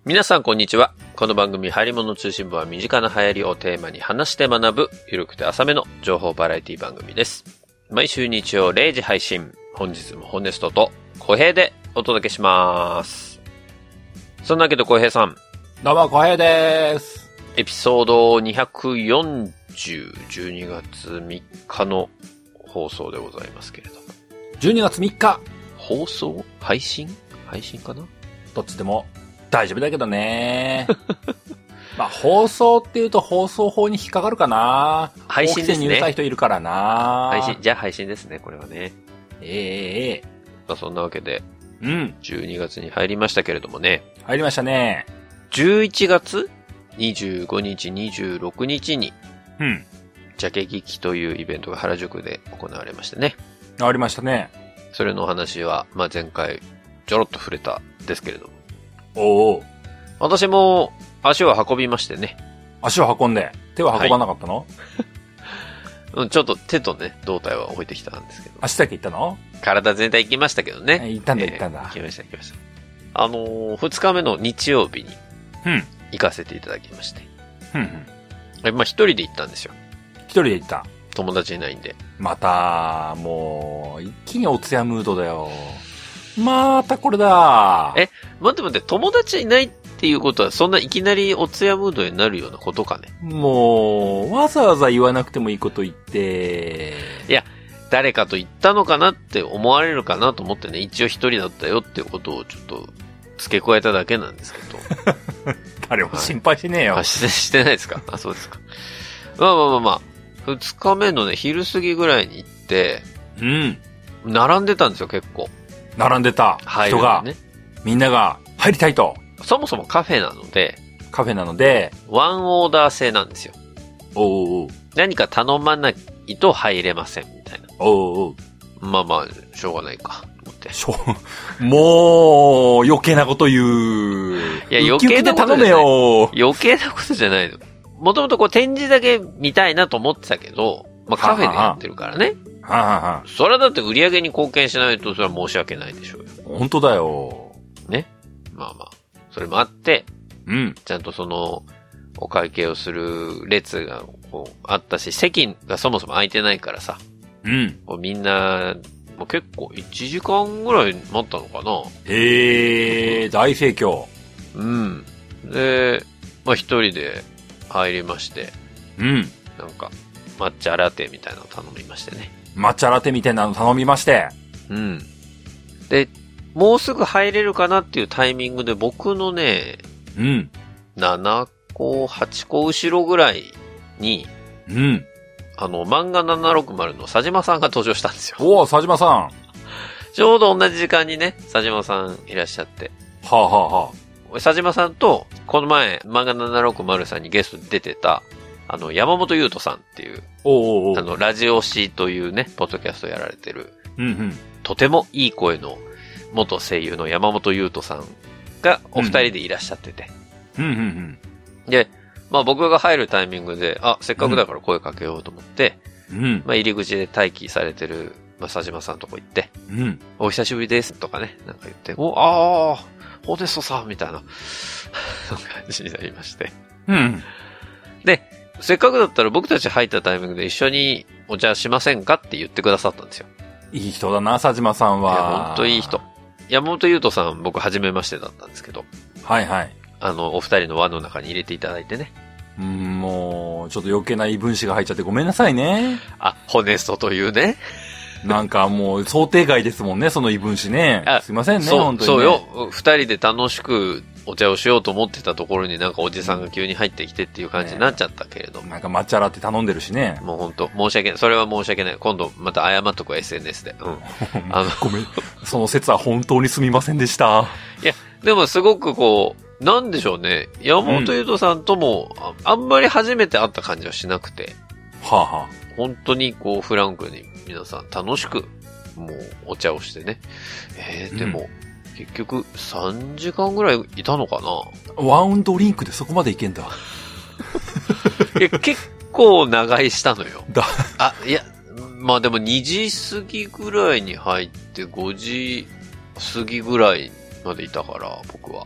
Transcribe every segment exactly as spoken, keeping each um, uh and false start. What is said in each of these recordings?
皆さんこんにちは。この番組入り物通信部は身近な流行りをテーマに話して学ぶゆるくて浅めの情報バラエティ番組です。毎週日曜れいじ配信。本日もホネストと小平でお届けします。そんなわけで小平さん。 どうも小平です。 エピソードにひゃくよんじゅう、じゅうにがつみっかの放送でございますけれども。 じゅうにがつみっか。 放送？配信？配信かな？ どっちでも大丈夫だけどね。まあ放送って言うと放送法に引っかかるかな。 配信ですね。 法規制にうるさい人いるからな。 配信、じゃあ配信ですね、これはね。 ええええ。 まあそんなわけで、 うん。 じゅうにがつに入りましたけれどもね。 入りましたね。 じゅういちがつにじゅうごにち、にじゅうろくにちに、 うん。 ジャケ劇というイベントが原宿で行われましてね。 ありましたね。 それのお話は、まあ前回ちょろっと触れたんですけれども。 おお。 私も足を運びましてね。 足を運んで、手は運ばなかったの？はい、 うん、ちょっと手とね、胴体は置いてきたんですけど。 足だけ行ったの？ 体全体行きましたけどね。 行ったんだ行ったんだ。 えー、行きました行きました。あのー、二日目の日曜日に、 うん。 行かせていただきまして。 うんうん。 え、まあ一人で行ったんですよ。 一人で行った。 友達いないんで。 また、もう、一気におつやムードだよ。またこれだ。 え、待って待って、友達いないっていうことは、そんないきなりおつやムードになるようなことかね。 もう、わざわざ言わなくてもいいこと言って。 いや、誰かと言ったのかなって思われるかなと思ってね、一応一人だったよっていうことをちょっと付け加えただけなんですけど。 誰も心配しねえよ。 はい、あ、して、してないですか？あ、そうですか。まあまあまあまあ、二日目のね、昼過ぎぐらいに行って、 うん。 並んでたんですよ、結構。 並んでた人が、ね、みんなが入りたいと。 そもそもカフェなので、 カフェなので、 ワンオーダー制なんですよ。 おうおう。 何か頼まないと入れません、みたいな。 おうおう。 まあまあ、しょうがないか、と思って。 しょう、もう、余計なこと言う。 いや、余計なことじゃない。 よ。 余計なことじゃないの。もともとこう展示だけ見たいなと思ってたけど、まあカフェでやってるからね。 はあ、はあはあ、 それはだって売り上げに貢献しないと、それは申し訳ないでしょうよ。 本当だよ。 ね。まあまあ、それもあって、 うん。 ちゃんとその、お会計をする列がこうあったし、席がそもそも空いてないからさ。 うん。 こうみんな、もう結構いちじかんぐらい待ったのかな。 へえ、大盛況。 うん。で、まあ一人で入りまして。 うん。 なんか、抹茶ラテみたいなの頼みましてね。 抹茶ラテみたいなの頼みまして。 うん。で、もうすぐ入れるかなっていうタイミングで僕のね、 うん。 ななこ、はちこ後ろぐらいに、 うん。 あの、漫画ななろくまるの佐島さんが登場したんですよ。 おー、佐島さん。 ちょうど同じ時間にね、佐島さんいらっしゃって。 はあ、はあはあ、 佐島さんと、この前、漫画ななろくまるさんにゲストで出てた、あの、山本優斗さんっていう、 おうおうおう、 あの、ラジオシーというね、ポッドキャストやられてる、 うんうん、 とてもいい声の元声優の山本優斗さんがお二人でいらっしゃってて。 うんうんうん、 で、まあ僕が入るタイミングで、あ、せっかくだから声かけようと思って、 うん、 まあ入り口で待機されてる、まあ佐島さんのとこ行って、 うん、 お久しぶりですとかね、なんか言って、お、ああ、ホネストさんみたいな感じになりまして。 うん。 で、せっかくだったら僕たち入ったタイミングで一緒にお茶しませんかって言ってくださったんですよ。 いい人だな、佐島さんは。 いや、ほんといい人。山本優斗さん、僕初めましてだったんですけど。 はいはい。 あの、お二人の輪の中に入れていただいてね。 うん、もう、ちょっと余計な異分子が入っちゃってごめんなさいね。 あ、ホネストというね。 なんかもう想定外ですもんね、その異分子ね。すいませんね、本当に、ね。 そうよ。二人で楽しくお茶をしようと思ってたところになんかおじさんが急に入ってきてっていう感じになっちゃったけれども。 ね、なんか抹茶ラテ頼んでるしね。 もう本当申し訳ない。それは申し訳ない。今度また謝っとくわ エスエヌエス で。うん。 あのごめん。その説は本当にすみませんでした。 いや、でもすごくこう、なんでしょうね。山本優斗さんとも、うん、あんまり初めて会った感じはしなくて。 はあはあ。 本当にこうフランクに皆さん楽しく、もうお茶をしてね。えー、でも、うん、結局さんじかんぐらいいたのかな。 ワンドリンクでそこまでいけんだ。 いや、結構長居したのよ。 だあ、いや、まあでもにじ過ぎぐらいに入ってごじ過ぎぐらいまでいたから、僕は。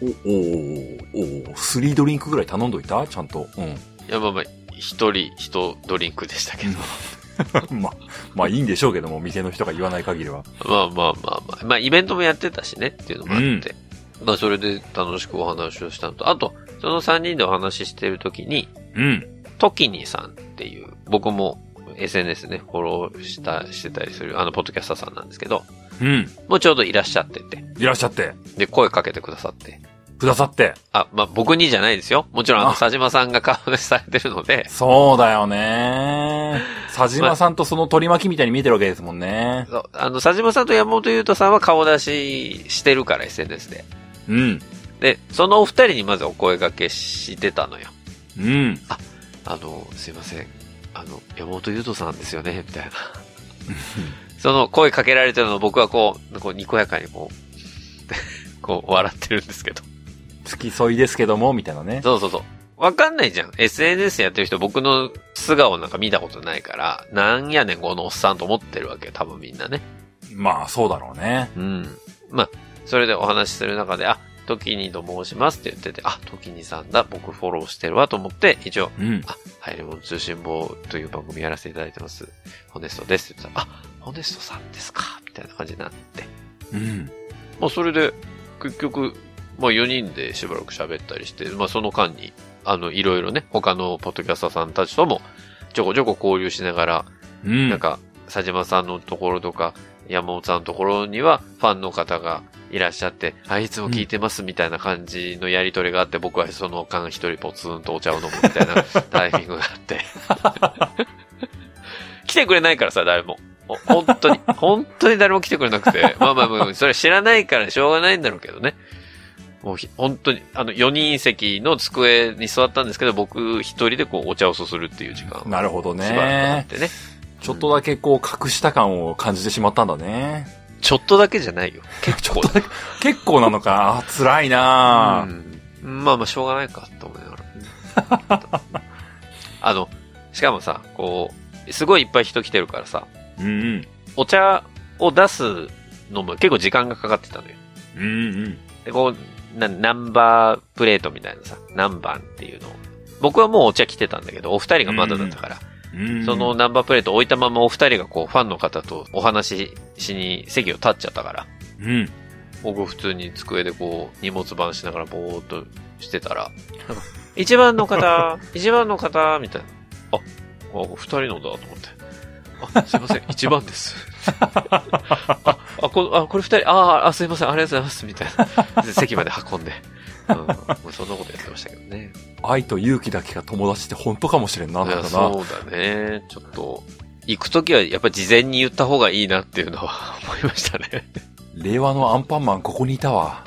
お、おお、スリードリンクぐらい頼んどいたちゃんと。うん。いや、まあまあ、一人一ドリンクでしたけど。 まあ、まあいいんでしょうけども、店の人が言わない限りは。 まあまあまあまあ。まあイベントもやってたしねっていうのもあって。うん、まあそれで楽しくお話をしたのと、あと、そのさんにんでお話ししてるときに、 うん。 トキニさんっていう、僕も エスエヌエス で、ね、フォローした、してたりする、あの、ポッドキャスターさんなんですけど、 うん。 もうちょうどいらっしゃってて。 いらっしゃって。 で、声かけてくださって。 くださって。 あ、まあ、僕にじゃないですよ。もちろん、あの、佐島さんが顔出しされてるので。 そうだよね。佐島さんとその取り巻きみたいに見えてるわけですもんね。 そう。あの、佐島さんと山本優斗さんは顔出ししてるから、エスエヌエス で。 うん。 で、そのお二人にまずお声掛けしてたのよ。 うん。 あ、あの、すいません。あの、山本優斗さんですよね、みたいな。その声かけられてるのを僕はこう、こう、にこやかにこう、こう、笑ってるんですけど。 付き添いですけども、みたいなね。 そうそうそう。わかんないじゃん。エスエヌエス やってる人、僕の素顔なんか見たことないから、なんやねん、このおっさんと思ってるわけよ、多分みんなね。 まあ、そうだろうね。 うん。まあ、それでお話しする中で、あ、トキニと申しますって言ってて、あ、トキニさんだ、僕フォローしてるわと思って、一応、 うん、 あ、ハイレモン通信簿という番組やらせていただいてます。ホネストですって言ったら、あ、ホネストさんですかみたいな感じになって。 うん。 まあ、それで、結局、まあよにんでしばらく喋ったりして、まあその間に、あの、いろいろね、他のポッドキャスターさんたちとも、ちょこちょこ交流しながら、 うん、 なんか、佐島さんのところとか、山本さんのところには、ファンの方がいらっしゃって、あ、いつも聞いてますみたいな感じのやりとりがあって、うん、僕はその間一人ポツンとお茶を飲むみたいなタイミングがあって。来てくれないからさ、誰も。本当に、本当に誰も来てくれなくて。まあまあまあ、それ知らないからしょうがないんだろうけどね。もう本当に、あの、よにん席の机に座ったんですけど、僕一人でこう、お茶をすするっていう時間。 なるほどね。 しばらくあってね。 ちょっとだけこう、隠した感を感じてしまったんだね。 ちょっとだけじゃないよ。結構。 結構なのか。辛いな、 うん、まあまあ、しょうがないか、と思いながら。あの、しかもさ、こう、すごいいっぱい人来てるからさ、 うんうん、 お茶を出すのも結構時間がかかってたのよ。 うんうん、 で、こう、な、ナンバープレートみたいなさ、何番っていうのを。僕はもうお茶来てたんだけど、お二人がまだだったから、 うんうん、 そのナンバープレート置いたままお二人がこう、ファンの方とお話ししに席を立っちゃったから、 うん、 僕普通に机でこう、荷物番しながらぼーっとしてたら、なんか、一番の方、一番の方、みたいな。あ、あ、二人のだと思って。あ、すいません、一番です。あ、あ、こあこれ二人、ああ、すいません、ありがとうございます、みたいな。席まで運んで。うん、もうそんなことやってましたけどね。 愛と勇気だけが友達って本当かもしれんな、なんかな。 そうだね。ちょっと、行くときはやっぱり事前に言った方がいいなっていうのは思いましたね。 令和のアンパンマンここにいたわ。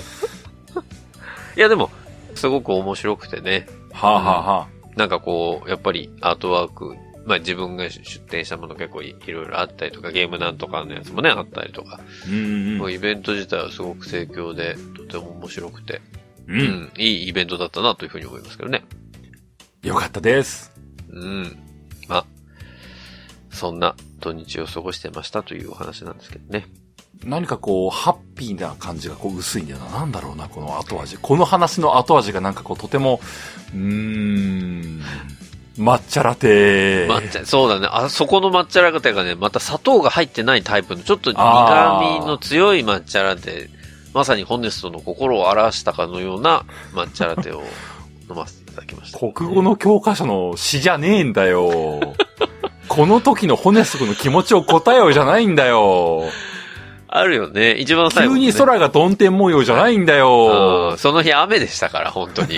いやでも、すごく面白くてね。 はあ、はあはあ、 うん、なんかこう、やっぱりアートワーク、まあ自分が出展したもの結構 い, いろいろあったりとか、ゲームなんとかのやつもね、あったりとか。 うんうん、 もうイベント自体はすごく盛況で、とても面白くて、 うん、うん。 いいイベントだったなというふうに思いますけどね。 よかったです。 うん。まあ、そんな土日を過ごしてましたというお話なんですけどね。 何かこう、ハッピーな感じがこう薄いんだよな。なんだろうな、この後味。この話の後味がなんかこう、とても、うーん、抹茶ラテ。 抹茶、そうだね。あそこの抹茶ラテがね、また砂糖が入ってないタイプの、ちょっと苦味の強い抹茶ラテ。まさにホネストの心を表したかのような抹茶ラテを飲ませていただきました、ね。 国語の教科書の詩じゃねえんだよ。この時のホネストの気持ちを答えようじゃないんだよ。 あるよね。一番最後、ね。 急に空が曇天模様じゃないんだよ。 うん、その日雨でしたから、本当に。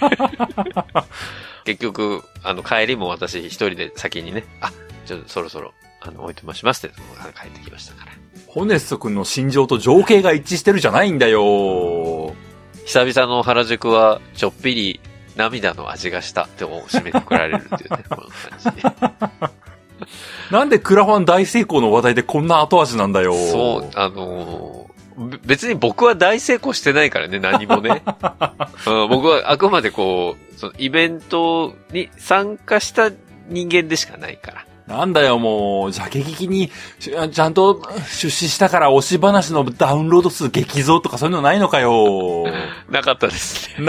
結局、あの、帰りも私一人で先にね、あ、ちょっとそろそろ、あの、置いてましますって、帰ってきましたから。 ホネスト君の心情と情景が一致してるじゃないんだよ。 久々の原宿は、ちょっぴり涙の味がしたって締めてくられるっていうね、この感じ。 なんでクラファン大成功の話題でこんな後味なんだよ。 そう、あのー、別に僕は大成功してないからね、何もね。うん、僕はあくまでこう、そのイベントに参加した人間でしかないから。 なんだよ、もう、ジャケ聞きに、ちゃんと出資したから推し話のダウンロード数激増とかそういうのないのかよ。 なかったですね。 な、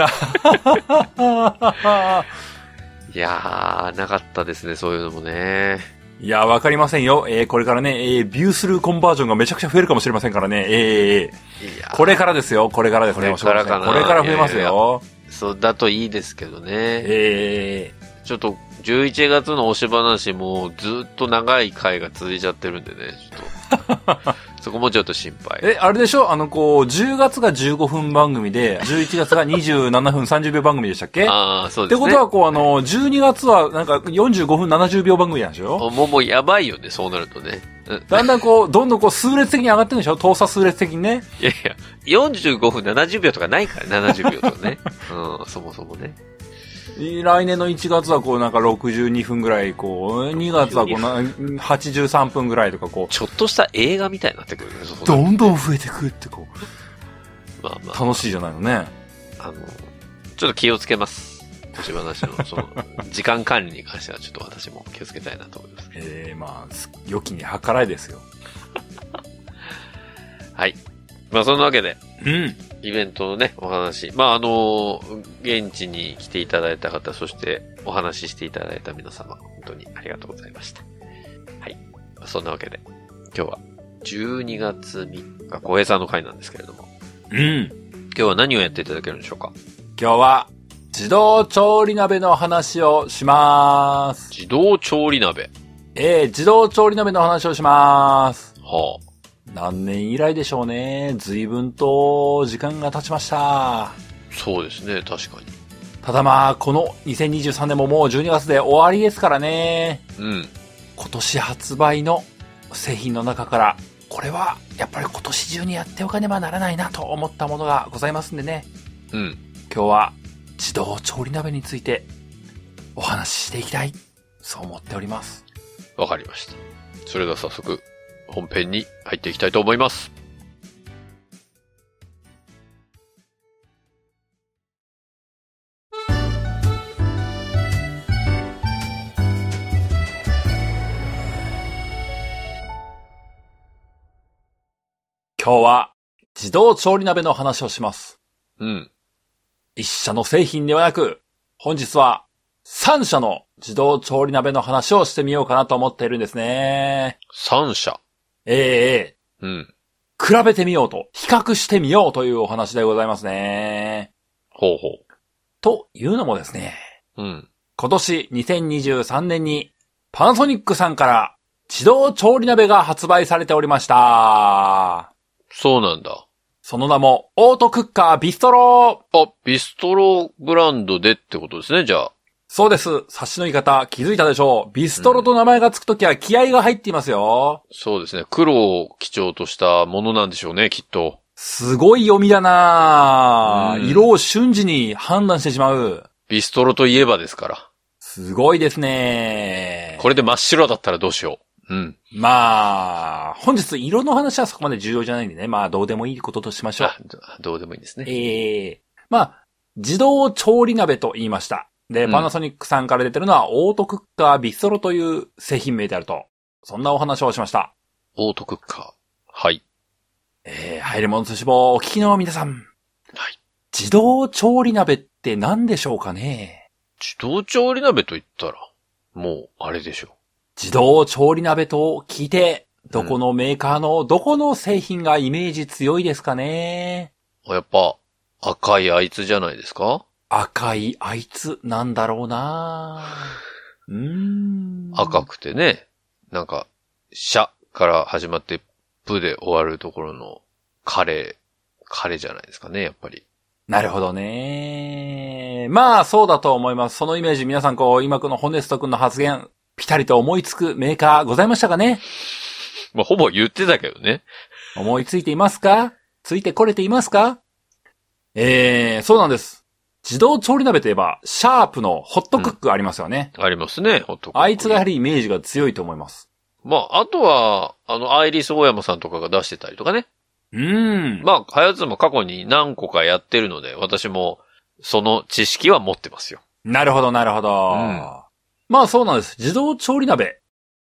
いやー、なかったですね、そういうのもね。 いや、わかりませんよ。えー、これからね、えー、ビュースルーコンバージョンがめちゃくちゃ増えるかもしれませんからね。えー、 いやこれからですよ、これからですね。 これからかな。 これから増えますよ。いやいやいやそうだといいですけどね。 えー、ちょっと、じゅういちがつの推し話もずっと長い回が続いちゃってるんでね、ちょっと。そこもちょっと心配。 え、あれでしょあの、こう、じゅうがつがじゅうごふん番組で、じゅういちがつがにじゅうななふんさんじゅうびょう番組でしたっけ？ ああ、そうですね。 ってことは、こう、あの、じゅうにがつは、なんか、よんじゅうごふんななじゅうびょう番組なんでしょ？ もう、もうやばいよね、そうなるとね。 うん、だんだんこう、どんどんこう、数列的に上がってるんでしょ？等差数列的にね。 いやいや、よんじゅうごふんななじゅうびょうとかないから、ななじゅうびょうとかね。うん、そもそもね。 来年のいちがつはこうなんかろくじゅうにふんぐらい、こう、にがつはこうなはちじゅうさんぷんぐらいとかこう。 ちょっとした映画みたいになってくるね、そこどんどん増えてくるってこう。 まあまあ。 楽しいじゃないのね。あの、 ちょっと気をつけます。年話の、その、時間管理に関してはちょっと私も気をつけたいなと思います。 ええー、まあ、良きに計らいですよ。 はい。まあそんなわけで。 うん。 イベントのね、お話。まあ、あの、現地に来ていただいた方、そしてお話ししていただいた皆様、本当にありがとうございました。はい。そんなわけで、今日はじゅうにがつみっか、小平さんの会なんですけれども。 うん。 今日は何をやっていただけるんでしょうか？ 今日は、自動調理鍋の話をします。 自動調理鍋。 ええー、自動調理鍋の話をします。 はあ。 何年以来でしょうね。随分と時間が経ちました。 そうですね、確かに。 ただまあ、このにせんにじゅうさんねんももうじゅうにがつで終わりですからね。 うん。 今年発売の製品の中から、これはやっぱり今年中にやっておかねばならないなと思ったものがございますんでね。 うん。 今日は自動調理鍋についてお話ししていきたい。そう思っております。 わかりました。それでは早速、本編に入っていきたいと思います。 今日は自動調理鍋の話をします。 うん。 一社の製品ではなく、本日は三社の自動調理鍋の話をしてみようかなと思っているんですね。 三社。 ええええ。 うん。 比べてみようと、比較してみようというお話でございますね。 ほうほう。 というのもですね。 うん。 今年にせんにじゅうさんねんにパナソニックさんから自動調理鍋が発売されておりました。 そうなんだ。 その名もオートクッカービストロ。 あ、ビストロブランドでってことですね、じゃあ。 そうです。察しの言い方気づいたでしょう。ビストロと名前がつくときは気合が入っていますよ、 うん。そうですね。黒を基調としたものなんでしょうね、きっと。 すごい読みだな、うん、色を瞬時に判断してしまう。 ビストロといえばですから。 すごいですね。 これで真っ白だったらどうしよう。うん。 まあ、本日色の話はそこまで重要じゃないんでね。まあ、どうでもいいこととしましょう。 あ、どうでもいいんですね。 ええー、まあ、自動調理鍋と言いました。で、うん、パナソニックさんから出てるのはオートクッカービストロという製品名であると。そんなお話をしました。 オートクッカー。はい。 えー、入り物寿司棒お聞きの皆さん。 はい。 自動調理鍋って何でしょうかね？ 自動調理鍋と言ったら、もう、あれでしょう。 自動調理鍋と聞いて、どこのメーカーのどこの製品がイメージ強いですかね？ やっぱ、赤いあいつじゃないですか？ 赤いあいつなんだろうなうーん。 赤くてね、なんか、シャから始まって、プで終わるところの、カレー、カレーじゃないですかね、やっぱり。 なるほどね。まあ、そうだと思います。そのイメージ、皆さんこう、今このホネスト君の発言、ピタリと思いつくメーカーございましたかね？ まあ、ほぼ言ってたけどね。 思いついていますか？ついてこれていますか？えー、そうなんです。自動調理鍋といえば、シャープのホットクックありますよね。 うん、ありますね、ホットクック。 あいつがやはりイメージが強いと思います。 まあ、あとは、あの、アイリスオーヤマさんとかが出してたりとかね。 うーん。 まあ、はやつも過去に何個かやってるので、私も、その知識は持ってますよ。 なるほど、なるほど。うん、まあ、そうなんです。自動調理鍋。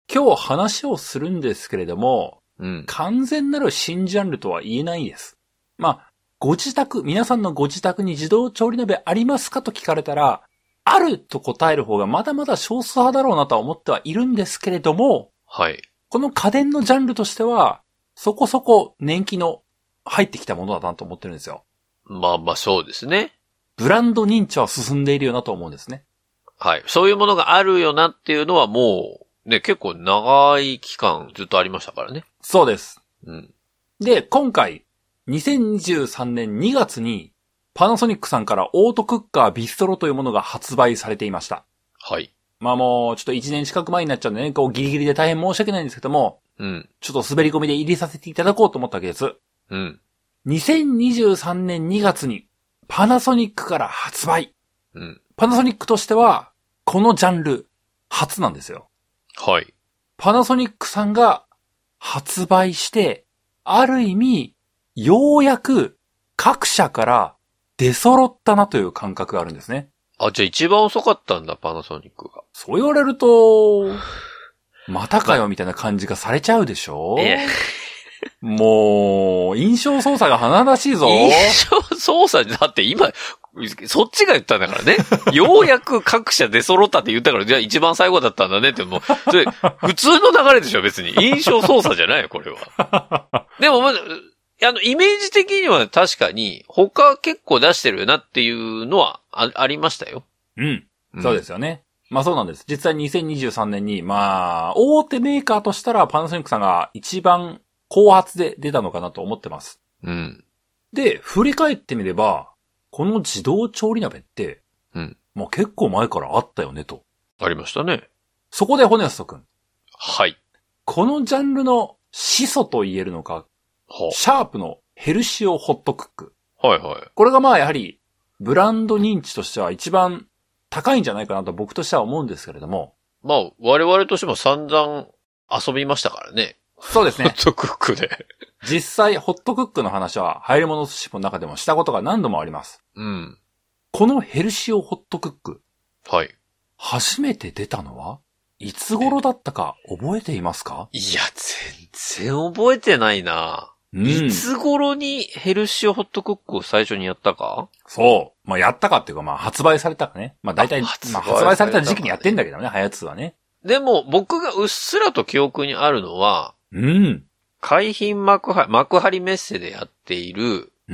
今日話をするんですけれども、 うん。 完全なる新ジャンルとは言えないです。まあ、ご自宅、皆さんのご自宅に自動調理鍋ありますかと聞かれたら、あると答える方がまだまだ少数派だろうなとは思ってはいるんですけれども、 はい。 この家電のジャンルとしては、そこそこ年季の入ってきたものだなと思ってるんですよ。 まあまあそうですね。 ブランド認知は進んでいるよなと思うんですね。 はい。そういうものがあるよなっていうのはもう、ね、結構長い期間ずっとありましたからね。 そうです。 うん。 で、今回、にせんにじゅうさんねんにがつに、パナソニックさんからオートクッカービストロというものが発売されていました。 はい。 まあもう、ちょっといちねん近く前になっちゃうんでね、こうギリギリで大変申し訳ないんですけども、 うん。 ちょっと滑り込みで入れさせていただこうと思ったわけです。 うん。 にせんにじゅうさんねんにがつに、パナソニックから発売。 うん。 パナソニックとしては、このジャンル、初なんですよ。 はい。 パナソニックさんが発売して、ある意味、ようやく各社から出揃ったなという感覚があるんですね。 あ、じゃあ一番遅かったんだ、パナソニックが。 そう言われると、またかよみたいな感じがされちゃうでしょ、 ええ。 もう、印象操作が華々しいぞ。 印象操作だって今、そっちが言ったんだからね。ようやく各社出揃ったって言ったから、じゃあ一番最後だったんだねってもう、それ、普通の流れでしょ、別に。印象操作じゃないよ、これは。でも、まあの、イメージ的には確かに、他結構出してるよなっていうのは あ, ありましたよ。 うん。そうですよね。うん、まあそうなんです。実際にせんにじゅうさんねんに、まあ、大手メーカーとしたらパナソニックさんが一番後発で出たのかなと思ってます。 うん。 で、振り返ってみれば、この自動調理鍋って、 うん。 もう結構前からあったよねと。 ありましたね。 そこでホネスト君。 はい。 このジャンルの始祖と言えるのか、 はあ、 シャープのヘルシオホットクック。 はいはい。 これがまあやはり、ブランド認知としては一番高いんじゃないかなと僕としては思うんですけれども。 まあ、我々としても散々遊びましたからね。 そうですね。 ホットクックで。 実際、ホットクックの話は、流行り物寿司の中でもしたことが何度もあります。 うん。 このヘルシオホットクック。 はい。 初めて出たのはいつ頃だったか覚えていますか？ いや、全然覚えてないな。うん、いつ頃にヘルシオホットクックを最初にやったか？ そう。まあ、やったかっていうか、まあ、発売されたかね。まあ、大体、発売まあ、発売された時期にやってんだけどね、はやつはね。 でも、僕がうっすらと記憶にあるのは、 うん。 海浜幕張、幕張メッセでやっている、 うん。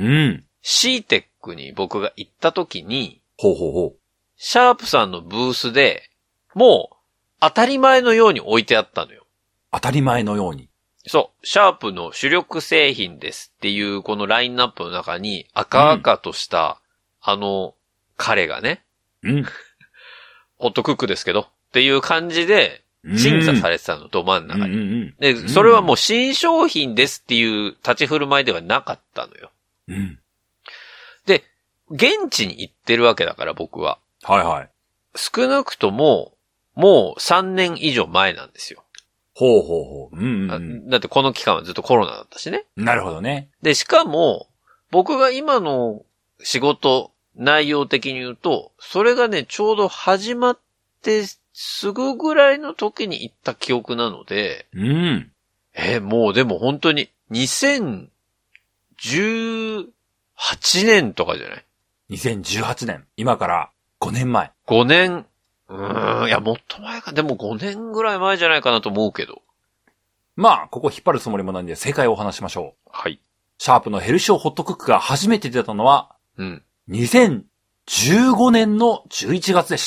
シーテックに僕が行った時に、 ほうほうほう。 シャープさんのブースで、もう、当たり前のように置いてあったのよ。 当たり前のように。 そう。シャープの主力製品ですっていうこのラインナップの中に赤々とした、うん、あの、彼がね。 うん。 ホットクックですけどっていう感じで審査されてたの、ど真ん中に、 うんうんうん。 で、それはもう新商品ですっていう立ち振る舞いではなかったのよ。 うん。 で、現地に行ってるわけだから僕は。 はいはい。 少なくとも、もうさんねん以上前なんですよ。 ほうほうほう。うんうんうん、 だってこの期間はずっとコロナだったしね。 なるほどね。 で、しかも、僕が今の仕事内容的に言うと、それがね、ちょうど始まってすぐぐらいの時に行った記憶なので、 うん。 えー、もうでも本当ににせんじゅうはちねんとかじゃない？ にせんじゅうはちねん。今からごねんまえ。 ごねん、うーん、いや、もっと前か。でもごねんぐらい前じゃないかなと思うけど。 まあ、ここ引っ張るつもりもないんで正解をお話しましょう。 はい。 シャープのヘルシオホットクックが初めて出たのは、 うん。 にせんじゅうごねんのじゅういちがつでした。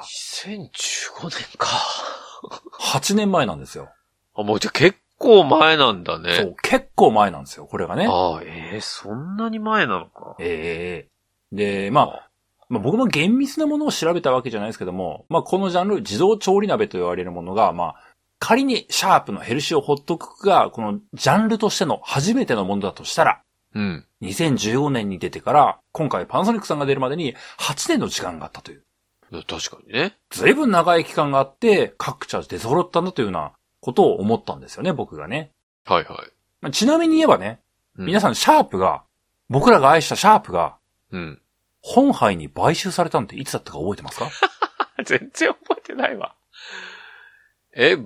にせんじゅうごねんか。 はちねんまえなんですよ。 あ、もうじゃあ結構前なんだね。 そう、結構前なんですよ、これがね。 ああ、ええー、そんなに前なのか。 ええー。で、まあ、まあ僕も厳密なものを調べたわけじゃないですけども、まあこのジャンル、自動調理鍋と言われるものが、まあ、仮にシャープのヘルシオホットクックが、このジャンルとしての初めてのものだとしたら、 うん。 にせんじゅうごねんに出てから、今回パナソニックさんが出るまでにはちねんの時間があったという。 確かにね。 随分長い期間があって、各社出揃ったんだというようなことを思ったんですよね、僕がね。 はいはい。 ちなみに言えばね、 うん、 皆さんシャープが、僕らが愛したシャープが、 うん。 本杯に買収されたのっていつだったか覚えてますか？ 全然覚えてないわ。え、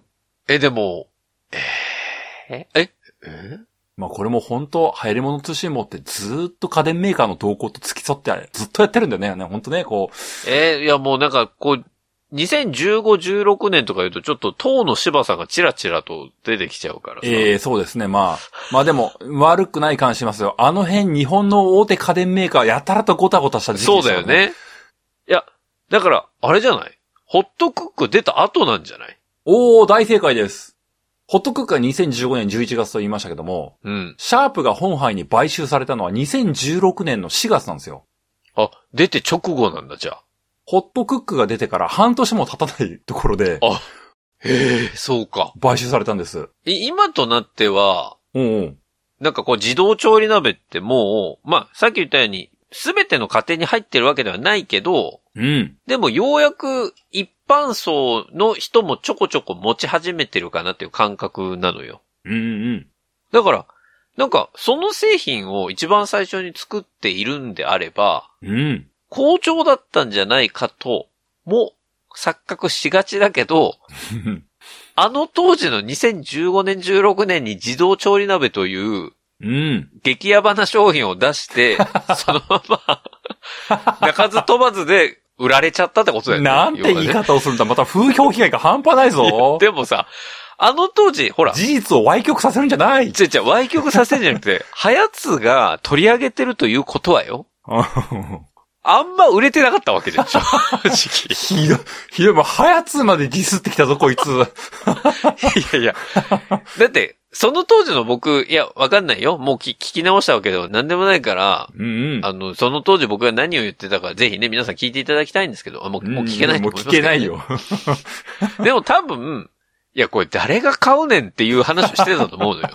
え、でも、えー、え、えまあこれも本当、流行り物通信簿ってずーっと家電メーカーの動向と付き添ってずっとやってるんだよね。本当ね、こう。 えー、いやもうなんかこう、にせんじゅうご、じゅうろくねんとか言うとちょっと当の柴さんがチラチラと出てきちゃうからさ。 ええー、そうですね。まあ。まあでも、悪くない感じしますよ。あの辺日本の大手家電メーカーやたらとゴタゴタした時期ですよね。 そうだよね。いや、だから、あれじゃない？ホットクック出た後なんじゃない？ おー、大正解です。ホットクックはにせんじゅうごねんじゅういちがつと言いましたけども、 うん。 シャープが本杯に買収されたのはにせんじゅうろくねんのしがつなんですよ。 あ、出て直後なんだ、じゃあ。 ホットクックが出てから半年も経たないところで、 あ、へえ、そうか。 買収されたんです。 今となっては、 うんうん。 なんかこう自動調理鍋ってもう、まあ、さっき言ったように、すべての家庭に入ってるわけではないけど、 うん。 でもようやく一般層の人もちょこちょこ持ち始めてるかなっていう感覚なのよ。 うんうん。 だから、なんかその製品を一番最初に作っているんであれば、 うん。 好調だったんじゃないかと、も錯覚しがちだけど、あの当時のにせんじゅうごねんじゅうろくねんに自動調理鍋という、 うん。 激ヤバな商品を出して、そのまま、鳴かず飛ばずで売られちゃったってことだよね。 なんて言い方をするんだ。また風評被害が半端ないぞ。 でもさ、あの当時、ほら。 事実を歪曲させるんじゃない。 違う違う、歪曲させるんじゃなくて、はやつが取り上げてるということはよ。あんま売れてなかったわけでしょ。正直。 ひどい、ひどい、もう、はやつまでディスってきたぞ、こいつ。いやいや。だって、その当時の僕、いや、わかんないよ。もう聞き直したわけでは何でもないから、 うんうん、 あの、その当時僕が何を言ってたか、ぜひね、皆さん聞いていただきたいんですけど、あもう、もう聞けないと思いますけど、ね。 もう聞けないよ。でも多分、いや、これ誰が買うねんっていう話をしてたと思うのよ。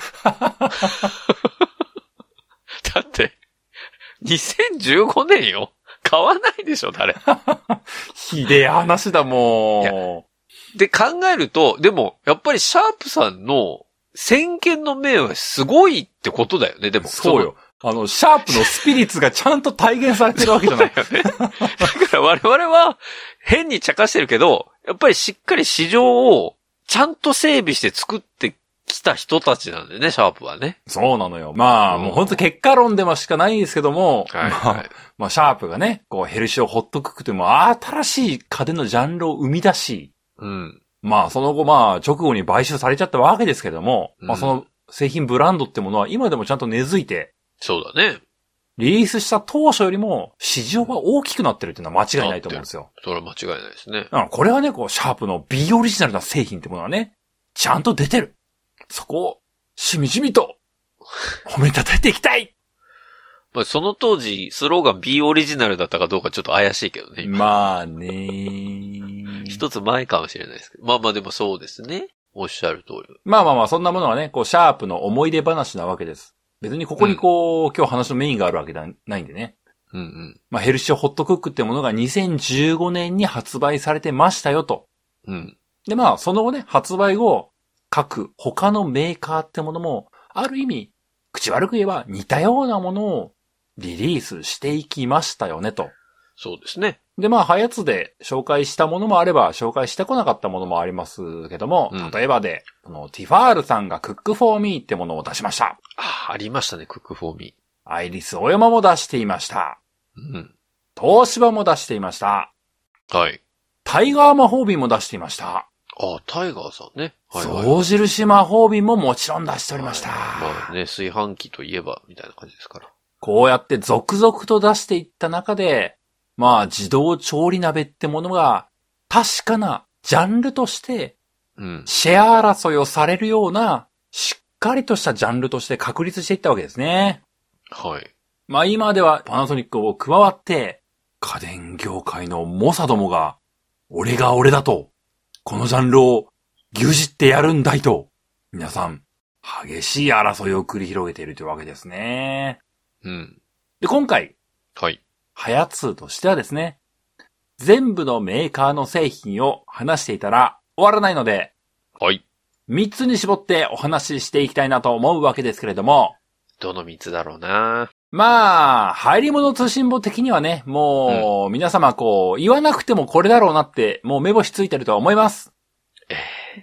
だって、にせんじゅうごねんよ。買わないでしょ、誰。 ひでえ話だもん。で、考えると、でも、やっぱりシャープさんの先見の明はすごいってことだよね、でも。 そうよ。あの、シャープのスピリッツがちゃんと体現されてるわけじゃない。 そうだよね。だから我々は変に茶化してるけど、やっぱりしっかり市場をちゃんと整備して作ってきた人たちなんでね、シャープはね。 そうなのよ。まあ、もう本当結果論でもしかないんですけども、 はい、はい、 まあ、まあ、シャープがね、こうヘルシオホットクックというも新しい家電のジャンルを生み出し、 うん。 まあ、その後まあ、直後に買収されちゃったわけですけども、うん、まあ、その製品ブランドってものは今でもちゃんと根付いて、 そうだね。 リリースした当初よりも市場が大きくなってるっていうのは間違いないと思うんですよ。 それは間違いないですね。 これはね、こう、シャープの B オリジナルな製品ってものはね、ちゃんと出てる。そこを、しみじみと、褒めたたえていきたい。 まあ、その当時、スローガン B オリジナルだったかどうかちょっと怪しいけどね。 まあねー。 一つ前かもしれないですけど。まあまあでもそうですね。おっしゃる通り。 まあまあまあ、そんなものはね、こう、シャープの思い出話なわけです。別にここにこう、うん、今日話のメインがあるわけではないんでね。 うんうん。 まあ、ヘルシオホットクックってものがにせんじゅうごねんに発売されてましたよと。 うん。 で、まあ、その後ね、発売後、各他のメーカーってものも、ある意味、口悪く言えば似たようなものをリリースしていきましたよねと。 そうですね。 で、まあ、はやつで紹介したものもあれば、紹介してこなかったものもありますけども、うん、例えばで、このティファールさんがクックフォーミーってものを出しました。 ああ、ありましたね、クックフォーミー。 アイリスオーヤマも出していました。 うん。 東芝も出していました。 はい。 タイガー魔法瓶も出していました。 ああ、タイガーさんね。 はいはい、象印魔法瓶ももちろん出しておりました。はい、 まあね、炊飯器といえば、みたいな感じですから。 こうやって続々と出していった中で、まあ自動調理鍋ってものが、確かなジャンルとして、シェア争いをされるような、しっかりとしたジャンルとして確立していったわけですね。 はい。 まあ今ではパナソニックを加わって、家電業界の猛者どもが、俺が俺だと、このジャンルを牛耳ってやるんだいと、皆さん、激しい争いを繰り広げているというわけですね。 うん。 で、今回。 はい。 はやつとしてはですね、全部のメーカーの製品を話していたら終わらないので、 はい。 みっつに絞ってお話ししていきたいなと思うわけですけれども、 どのみっつだろうな。 まあ、入り物通信簿的にはね、もう、皆様こう、言わなくてもこれだろうなって、もう目星ついてるとは思います。 え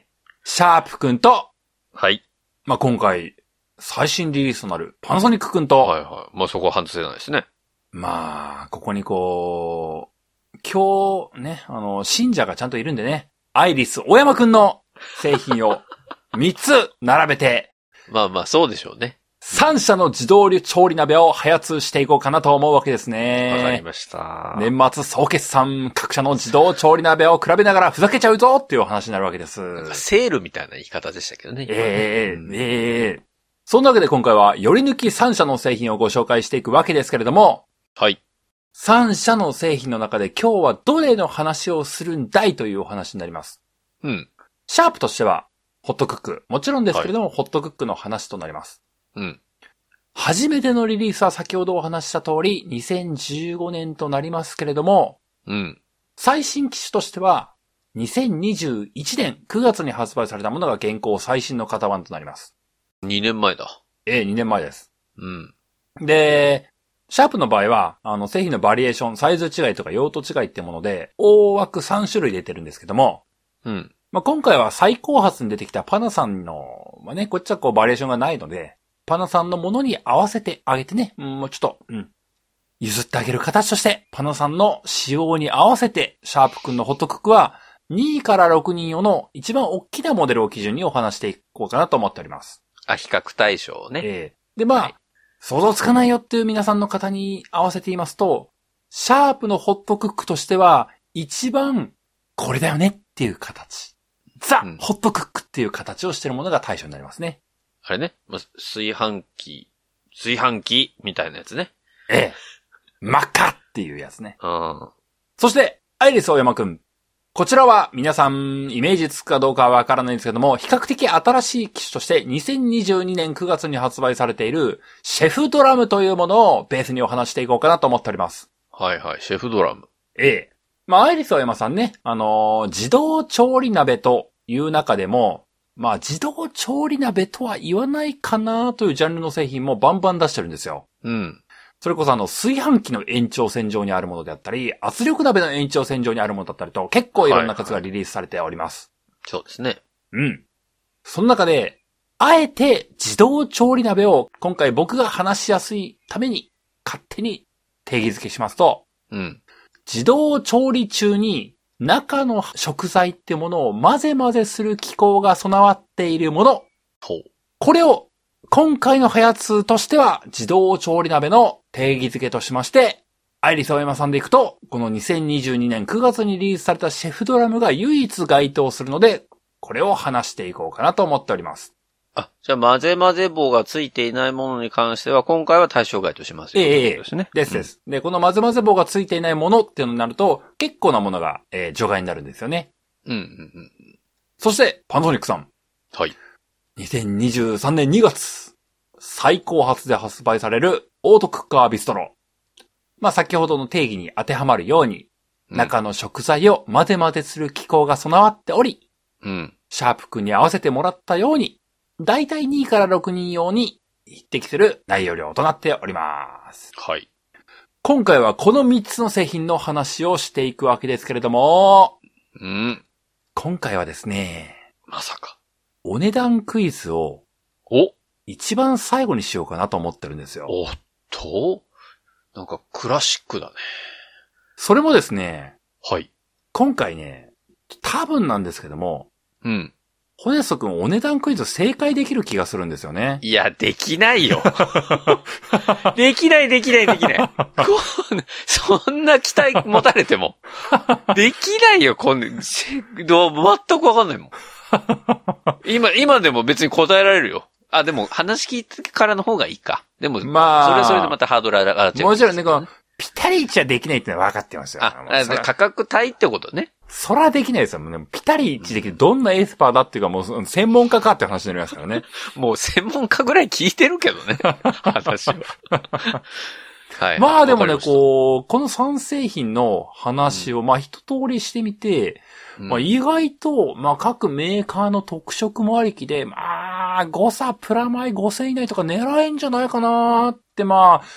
シャープくんと、 はい。 まあ、今回、最新リリースとなるパナソニックくんと、 はいはい。まあ、そこは半世代ですね。 まあ、ここにこう、今日ね、あの、信者がちゃんといるんでね、アイリス大山くんの製品をみっつ並べて、 まあまあ、そうでしょうね。 さん社の自動調理鍋を開発していこうかなと思うわけですね。 わかりました。 年末総決算、各社の自動調理鍋を比べながらふざけちゃうぞっていうお話になるわけです。 なんかセールみたいな言い方でしたけどね。 ええー、ええー。そんなわけで今回は、より抜きさん社の製品をご紹介していくわけですけれども、 はい。 さん社の製品の中で今日はどれの話をするんだいというお話になります。 うん。 シャープとしては、ホットクック。もちろんですけれども、はい、ホットクックの話となります。 うん。 初めてのリリースは先ほどお話した通り、にせんじゅうごねんとなりますけれども、 うん。 最新機種としては、にせんにじゅういちねんくがつに発売されたものが現行最新の型番となります。 にねんまえだ。 ええ、にねんまえです。 うん。 で、シャープの場合は、あの、製品のバリエーション、サイズ違いとか用途違いってもので、大枠さん種類出てるんですけども、 うん。 まあ、今回は最高発に出てきたパナさんの、まあね、こっちはこうバリエーションがないので、パナさんのものに合わせてあげてね、うん、もうちょっと、うん。譲ってあげる形として、パナさんの仕様に合わせて、シャープくんのホットクックは、にからろくにん用の一番大きなモデルを基準にお話していこうかなと思っております。 あ、比較対象ね。 ええー、で、まあ、はい、想像つかないよっていう皆さんの方に合わせて言いますと、シャープのホットクックとしては、一番、これだよねっていう形。ザ・うん、ホットクックっていう形をしているものが対象になりますね。 あれね。炊飯器、炊飯器みたいなやつね。 ええ。真っ赤っていうやつね。 うん。 そして、アイリス大山くん。こちらは皆さんイメージつくかどうかはわからないんですけども、比較的新しい機種としてにせんにじゅうにねんくがつに発売されているシェフドラムというものをベースにお話していこうかなと思っております。 はいはい、シェフドラム。 ええ。まあ、アイリス大山さんね、あのー、自動調理鍋という中でも、まあ、自動調理鍋とは言わないかなというジャンルの製品もバンバン出してるんですよ。 うん。 それこそあの、炊飯器の延長線上にあるものであったり、圧力鍋の延長線上にあるものだったりと、結構いろんな数がリリースされております。 はいはい、そうですね。 うん。その中で、あえて自動調理鍋を今回僕が話しやすいために勝手に定義付けしますと、 うん。 自動調理中に中の食材ってものを混ぜ混ぜする機構が備わっているもの。 ほう。 これを今回の開発としては自動調理鍋の定義付けとしまして、アイリスオーヤマさんでいくと、このにせんにじゅうにねんくがつにリリースされたシェフドラムが唯一該当するので、これを話していこうかなと思っております。 あ、じゃあ混ぜ混ぜ棒がついていないものに関しては今回は対象外としますよ。 ええですね。ですです、うん。で、この混ぜ混ぜ棒がついていないものっていうのになると、結構なものが、えー、除外になるんですよね。 うんうんうん。 そして、パナソニックさん。 はい。 にせんにじゅうさんねんにがつ、最高発で発売されるオートクッカービストロ。まあ、先ほどの定義に当てはまるように、うん、中の食材を混ぜ混ぜする機構が備わっており、 うん。 シャープくんに合わせてもらったように、だいたいにからろくにん用に匹敵する内容量となっております。 はい。 今回はこのみっつの製品の話をしていくわけですけれども、 うん。 今回はですね、 まさか。 お値段クイズを、 お一番最後にしようかなと思ってるんですよ。 おっとなんかクラシックだね。 それもですね、 はい。 今回ね、多分なんですけども、 うん。 ホネスト君お値段クイズ正解できる気がするんですよね。 いや、できないよ。できない、できない、できない。そんな期待持たれても。できないよ、こんな、どう全くわかんないもん。今、今でも別に答えられるよ。あ、でも話聞いてからの方がいいか。でも、まあ、それはそれでまたハードル上がっちゃう。 もちろんね、この、ピタリ一致はできないってのは分かってますよ。 あ、価格帯ってことね。 そらできないですよ。もうピタリ一致できる。どんなエスパーだっていうか、もう専門家かって話になりますからね。 もう専門家ぐらい聞いてるけどね。話は。はい。 まあでもね、こう、このさん製品の話を、まあ一通りしてみて、うん、まあ意外と、まあ各メーカーの特色もありきで、まあ誤差プラマイごせん以内とか狙えんじゃないかなって、まあ、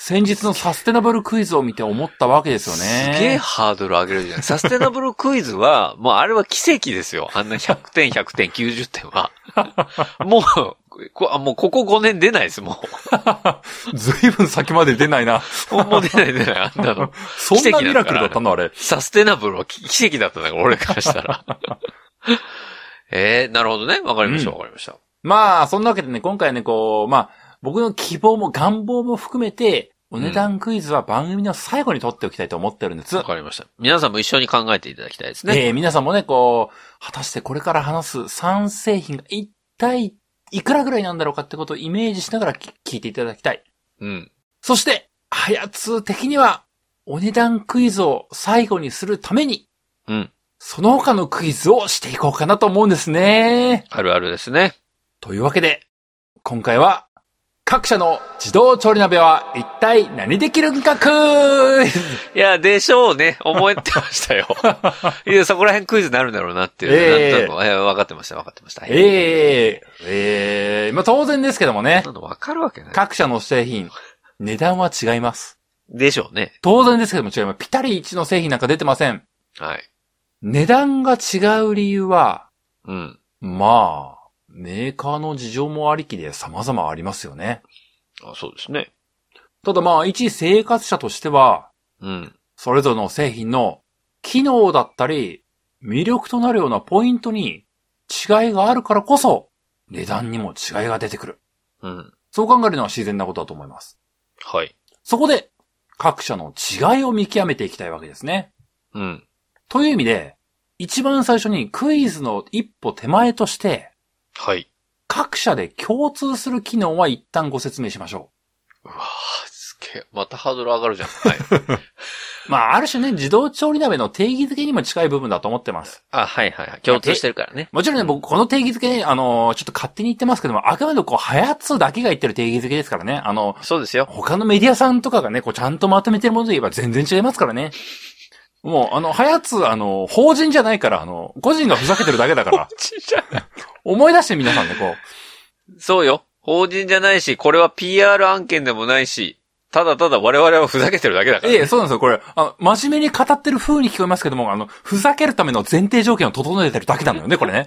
先日のサステナブルクイズを見て思ったわけですよね。 すげえハードル上げるじゃん。サステナブルクイズは、もうあれは奇跡ですよ。あんなひゃくてん、ひゃくてん、きゅうじゅってんは。もう、こもうここごねん出ないです、もう。ずいぶん先まで出ないな。 もう出ない出ない、あんなの。 そんなミラクルだったのあれ。 サステナブルは奇跡だったんだから、俺からしたら。ええー、なるほどね。わかりました、わ、うん、かりました。 まあ、そんなわけでね、今回ね、こう、まあ、僕の希望も願望も含めて、お値段クイズは番組の最後に取っておきたいと思ってるんです。 わかりました。皆さんも一緒に考えていただきたいですね。 ええー、皆さんもね、こう、果たしてこれから話すさん製品が一体いくらぐらいなんだろうかってことをイメージしながら聞いていただきたい。 うん。 そして、はやつ的には、お値段クイズを最後にするために、 うん。 その他のクイズをしていこうかなと思うんですね。 あるあるですね。 というわけで、今回は、各社の自動調理鍋は一体何できるんかクイズいや、でしょうね。思ってましたよ。いや、そこら辺クイズになるんだろうなっていう。えー、なんとなく、えー、分かってました、分かってました。 ええー、えー、まあ当然ですけどもね。 分かるわけない。 各社の製品、値段は違います。 でしょうね。 当然ですけども違います。ピタリいちの製品なんか出てません。 はい。 値段が違う理由は、 うん。 まあ、メーカーの事情もありきで様々ありますよね。 あ、そうですね。 ただまあ、一生活者としては、 うん。 それぞれの製品の機能だったり、魅力となるようなポイントに違いがあるからこそ、値段にも違いが出てくる。 うん。 そう考えるのは自然なことだと思います。 はい。 そこで、各社の違いを見極めていきたいわけですね。 うん。 という意味で、一番最初にクイズの一歩手前として、 はい。 各社で共通する機能は一旦ご説明しましょう。うわぁ、すげえ。またハードル上がるじゃん。はい。 まあ、ある種ね、自動調理鍋の定義づけにも近い部分だと思ってます。 あ、はいはいはい。共通してるからね。 もちろんね、僕、この定義づけね、あのー、ちょっと勝手に言ってますけども、あくまでこう、はやつだけが言ってる定義づけですからね。あの、 そうですよ。 他のメディアさんとかがね、こう、ちゃんとまとめてるもので言えば全然違いますからね。もう、あの、はやつ、あの、法人じゃないから、あの、個人がふざけてるだけだから。 法人じゃない。 思い出して皆さんね、こう。そうよ。法人じゃないし、これは ピーアール 案件でもないし、ただただ我々はふざけてるだけだから、ね。 ええ、そうなんですよ。これ、あの、真面目に語ってる風に聞こえますけども、あの、ふざけるための前提条件を整えてるだけなのよね、これね。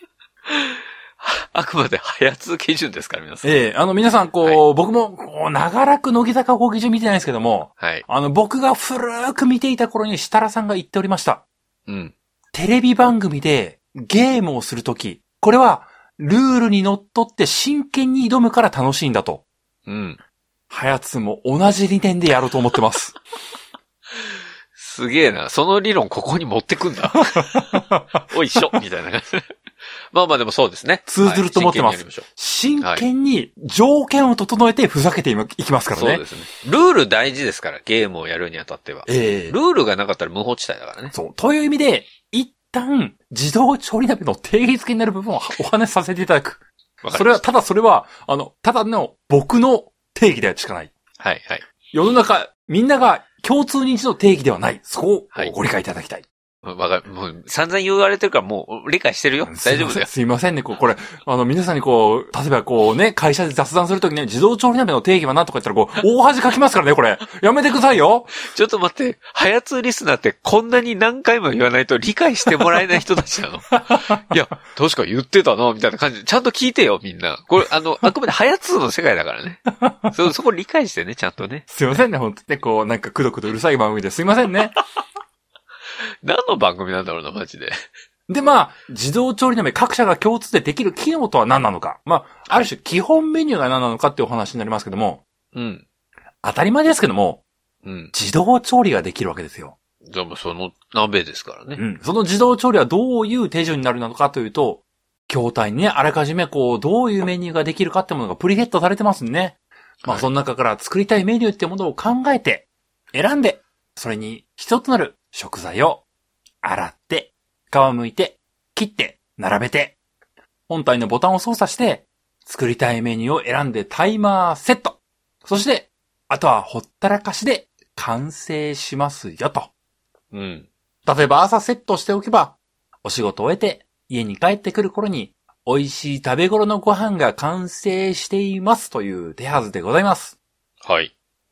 あくまで早通基準ですから、皆さん。 ええ、あの、皆さん、こう、はい、僕も、こう、長らく乃木坂講義中見てないんですけども、 はい。 あの、僕が古く見ていた頃に設楽さんが言っておりました。 うん。 テレビ番組でゲームをするとき、これは、ルールにのっとって真剣に挑むから楽しいんだと。 うん。 はやつも同じ理念でやろうと思ってます。 すげえな。その理論ここに持ってくんだ。おいしょみたいな感じ。まあまあでもそうですね。 通ずると思ってます。はい、真剣に条件を整えてふざけていきますからね。 そうですね。ルール大事ですから、ゲームをやるにあたっては。 ええー。 ルールがなかったら無法地帯だからね。 そう。という意味で、一旦自動調理鍋の定義付けになる部分をお話しさせていただく。それは、ただそれは、あの、ただの僕の定義でしかない。 はいはい。 世の中、みんなが共通認知の定義ではない。そこをご理解いただきたい。 わかる。もう、散々言われてるからもう理解してるよ。大丈夫だよ。 すいませんね。こう、これ、あの、皆さんにこう、例えばこうね、会社で雑談するときね、自動調理鍋の定義は何とか言ったらこう、大恥かきますからね、これ。やめてくださいよ。 ちょっと待って、はやつリスナーってこんなに何回も言わないと理解してもらえない人たちなの。いや、確か言ってたな、みたいな感じで、ちゃんと聞いてよ、みんな。これ、あの、あくまではやつの世界だからね。そ、そこ理解してね、ちゃんとね。 すいませんね、ほんとね、こう、なんかくどくどうるさい番組ですいませんね。 何の番組なんだろうな、マジで。 で、まあ、自動調理鍋各社が共通でできる機能とは何なのか。まあ、ある種基本メニューが何なのかっていうお話になりますけども。 うん。 当たり前ですけども。 うん。 自動調理ができるわけですよ。 でもその鍋ですからね。 うん。その自動調理はどういう手順になるのかというと、筐体にね、あらかじめこう、どういうメニューができるかってものがプリセットされてますんでね。まあ、はい、その中から作りたいメニューってものを考えて、選んで、それに必要となる食材を洗って、皮むいて、切って、並べて、本体のボタンを操作して、作りたいメニューを選んでタイマーセット。そして、あとはほったらかしで完成しますよと。 うん。 例えば朝セットしておけば、お仕事を終えて家に帰ってくる頃に、美味しい食べ頃のご飯が完成していますという手はずでございます。 はい。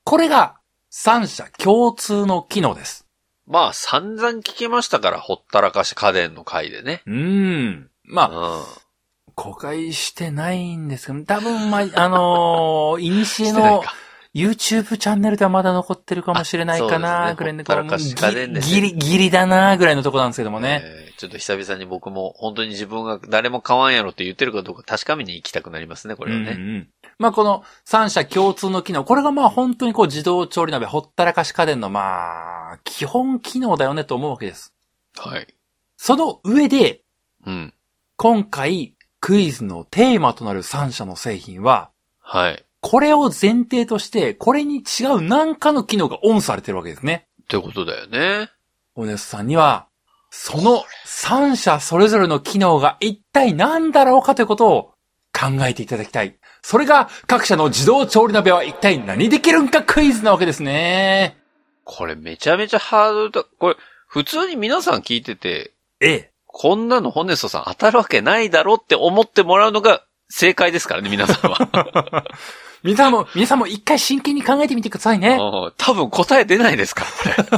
これが三者共通の機能です。 まあ散々聞きましたから、ほったらかし家電の回でね。 うーん。まあ、 うん、 公開してないんですけど、多分、まあ、あのー、いにしえの YouTube チャンネルではまだ残ってるかもしれないかな、ぐらいの、 ほったらかし家電ですね。 ギリ、ギリだな、ぐらいのとこなんですけどもね。 えー、ちょっと久々に僕も本当に自分が誰も買わんやろって言ってるかどうか確かめに行きたくなりますね、これはね。 うんうん、まあこの三者共通の機能、これがまあ本当にこう自動調理鍋、ほったらかし家電のまあ、基本機能だよねと思うわけです。 はい。 その上で、 うん。 今回クイズのテーマとなる三社の製品は、 はい。 これを前提として、これに違う何かの機能がオンされてるわけですね。 ってことだよね。 オネスさんには、その三社それぞれの機能が一体何だろうかということを考えていただきたい。それが各社の自動調理鍋は一体何できるんかクイズなわけですね。 これめちゃめちゃハードルだ。これ普通に皆さん聞いてて、 ええ。 こんなのホネストさん当たるわけないだろって思ってもらうのが正解ですからね、皆さんは。 皆さんも、皆さんも一回真剣に考えてみてくださいね。 多分答え出ないですから、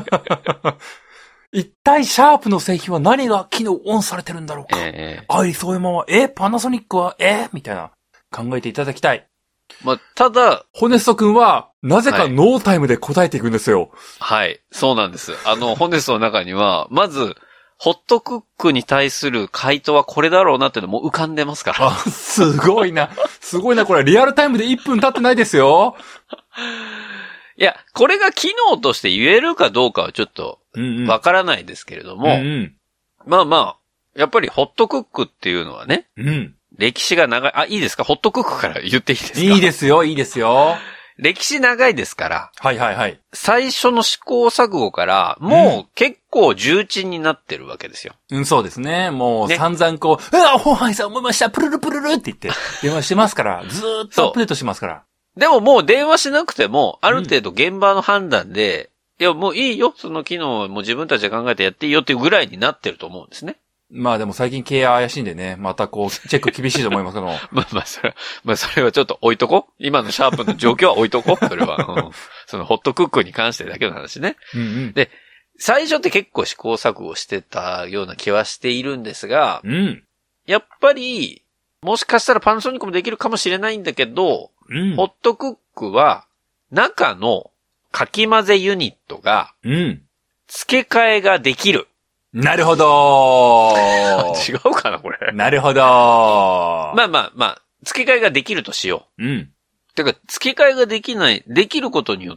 これ。 一体シャープの製品は何が機能オンされてるんだろうか。ええ、アイリスオーエムは、えパナソニックは、えみたいな考えていただきたい。 まあ、ただ、 ホネスト君は、なぜかノータイムで答えていくんですよ。 はい、はい、そうなんです。あの、ホネストの中には、まず、ホットクックに対する回答はこれだろうなっていうのも浮かんでますから。 あ、すごいな。すごいな。これリアルタイムでいっぷん経ってないですよ。 いや、これが機能として言えるかどうかはちょっとわからないですけれども、うんうん、まあまあ、やっぱりホットクックっていうのはね、うん、歴史が長い、あ、いいですか？ホットクックから言っていいですか？ いいですよ、いいですよ。 歴史長いですから。 はいはいはい。 最初の試行錯誤から、もう結構重鎮になってるわけですよ。 うん、そうですね。もう散々こう、ね、うわ、ホハイさん思いました、プルルプルルって言って、電話してますから、ずーっとアップデートしますから。 でももう電話しなくても、ある程度現場の判断で、うん、いやもういいよ、その機能をもう自分たちで考えてやっていいよっていうぐらいになってると思うんですね。 まあでも最近経営怪しいんでね、またこう、チェック厳しいと思いますけど。 まあまあそれは、まあそれはちょっと置いとこ。今のシャープの状況は置いとこ。それは、うん。そのホットクックに関してだけの話ね。うんうん、で、最初って結構試行錯誤してたような気はしているんですが、うん、やっぱり、もしかしたらパナソニックもできるかもしれないんだけど、うん、ホットクックは、中のかき混ぜユニットが、うん、付け替えができる。 なるほど違うかなこれ。 なるほどまあまあまあ、付け替えができるとしよう。うん。てか、付け替えができない、できることによって、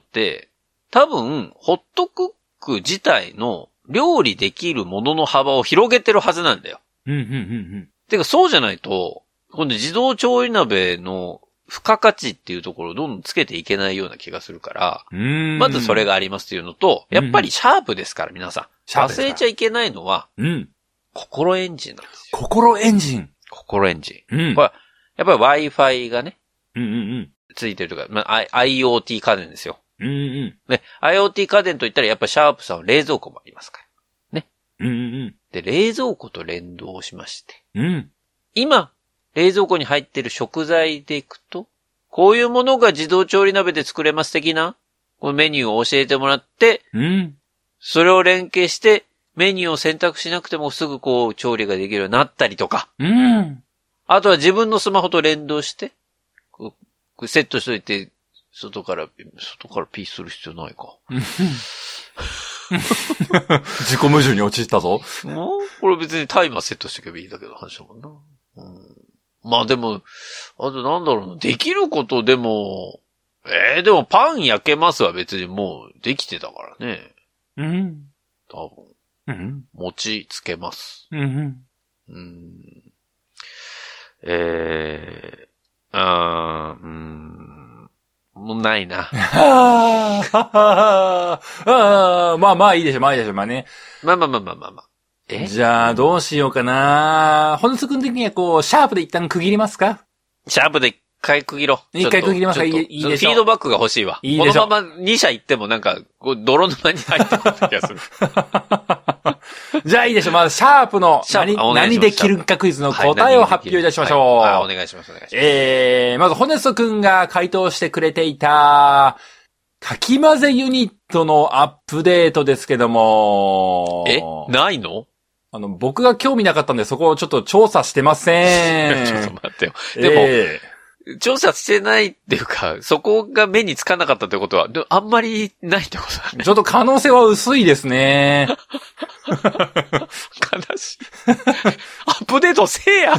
多分、ホットクック自体の料理できるものの幅を広げてるはずなんだよ。うん、うん、うん、うん。てか、そうじゃないと、今度自動調理鍋の付加価値っていうところをどんどんつけていけないような気がするから、うんまずそれがありますっていうのと、やっぱりシャープですから、皆さん。忘れちゃいけないのは、うん。心エンジンなんですよ。 心エンジン。 心エンジン。うん。これやっぱり Wi-Fi がね、うんうんうん。ついてるとか、まあ、IoT 家電ですよ。うんうん。で、IoT 家電といったらやっぱりシャープさんは冷蔵庫もありますから。ね。うんうんうん。で、冷蔵庫と連動しまして。うん。今、冷蔵庫に入ってる食材でいくと、こういうものが自動調理鍋で作れます的な、このメニューを教えてもらって、うん。それを連携して、メニューを選択しなくてもすぐこう調理ができるようになったりとか。うん。あとは自分のスマホと連動して、こうセットしといて、外から、外からピースする必要ないか。 自己矛盾に陥ったぞ。 もうこれ別にタイマーセットしておけばいいだけの話だもんな。うん、まあでも、あとなんだろうな。できることでも、えー、でもパン焼けますは別にもうできてたからね。うん。多分。うん。餅つけます。うん。うん。えー、あー、うん。もうないな。 ああ、まあまあいいでしょ、まあいいでしょ、まあね。 まあまあまあまあまあまあ。 えじゃあ、どうしようかな。ホネス君的にはこう、シャープで一旦区切りますか？ シャープで一回区切ろう。 一回区切りますか？いい、いいでしょ。 フィードバックが欲しいわ。いいでしょ。このままに社行ってもなんか、こう泥沼に入ってくる気がする。 じゃあいいでしょ。まず、シャープの何、何できるかクイズの答えを発表いたしましょう。 はいはい、お願いします、お願いします。 えー、まず、ホネス君が回答してくれていた、 かき混ぜユニットのアップデートですけども。 えないの？ あの、僕が興味なかったんでそこをちょっと調査してません。 ちょっと待ってよ。でも、えー、調査してないっていうか、そこが目につかなかったってことは、あんまりないってことだね。 ちょっと可能性は薄いですね。 悲しい。アップデートせえや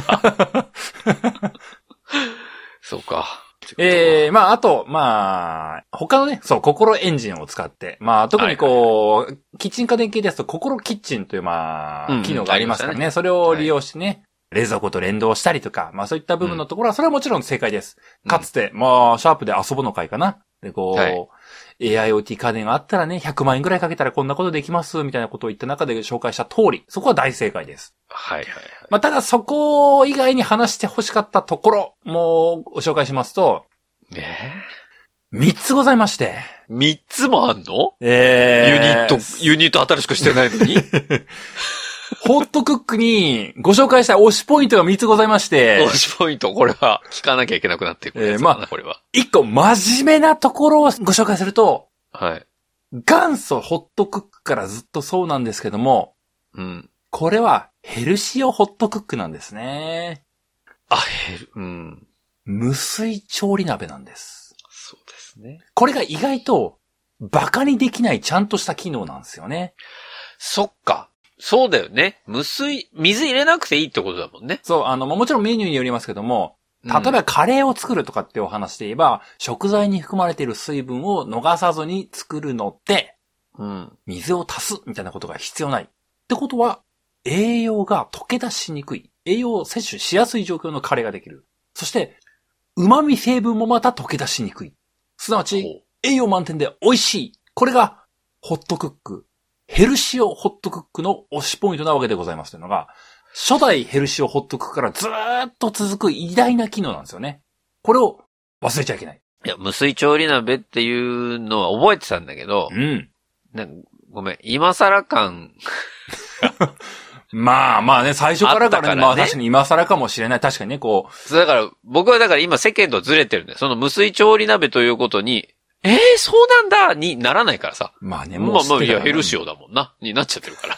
そうか。 ええー、まあ、あと、まあ、他のね、そう、心エンジンを使って、まあ、特にこう、はいはい、キッチン家電系ですと、心キッチンという、まあ、機能がありますからね。うん、それを利用してね、はい、冷蔵庫と連動したりとか、まあ、そういった部分のところは、それはもちろん正解です。うん、かつて、まあ、シャープで遊ぶの会かな。で、こう、はい、エーアイオーティー 家電があったらね、ひゃくまんえんぐらいかけたらこんなことできます、みたいなことを言った中で紹介した通り、そこは大正解です。 はいはいはい。 まあ、ただそこ以外に話して欲しかったところ、もうご紹介しますと、 えー、三つございまして。 三つもあんの？ えー、ユニット、ユニット新しくしてないのにホットクックにご紹介した推しポイントが三つございまして。 推しポイント、これは聞かなきゃいけなくなっていくやつだな、えー、まあ、これは。 一個真面目なところをご紹介すると、 はい。 元祖ホットクックからずっとそうなんですけども、 うん。 これはヘルシオホットクックなんですね。 あ、ヘル、うん。 無水調理鍋なんです。 そうですね。 これが意外とバカにできないちゃんとした機能なんですよね。 そっか。そうだよね。無水、水入れなくていいってことだもんね。 そう、あの、もちろんメニューによりますけども、例えばカレーを作るとかってお話で言えば、うん、食材に含まれている水分を逃さずに作るのって、 うん、 水を足すみたいなことが必要ない。ってことは、栄養が溶け出しにくい。栄養を摂取しやすい状況のカレーができる。そして、旨味成分もまた溶け出しにくい。すなわち、栄養満点で美味しい。これが、ホットクック。ヘルシオホットクックの推しポイントなわけでございますというのが、初代ヘルシオホットクックからずーっと続く偉大な機能なんですよね。これを忘れちゃいけない。 いや、無水調理鍋っていうのは覚えてたんだけど、 うん。 なごめん、今更感。 まあまあね、最初からからね、まあ確かに今更かもしれない。確かにね、こう。だから、僕はだから今世間とずれてるんだよ。その無水調理鍋ということに、えー、そうなんだにならないからさ。 まあね、もう。 まあまあ、いや、ヘルシオだもんな。になっちゃってるから。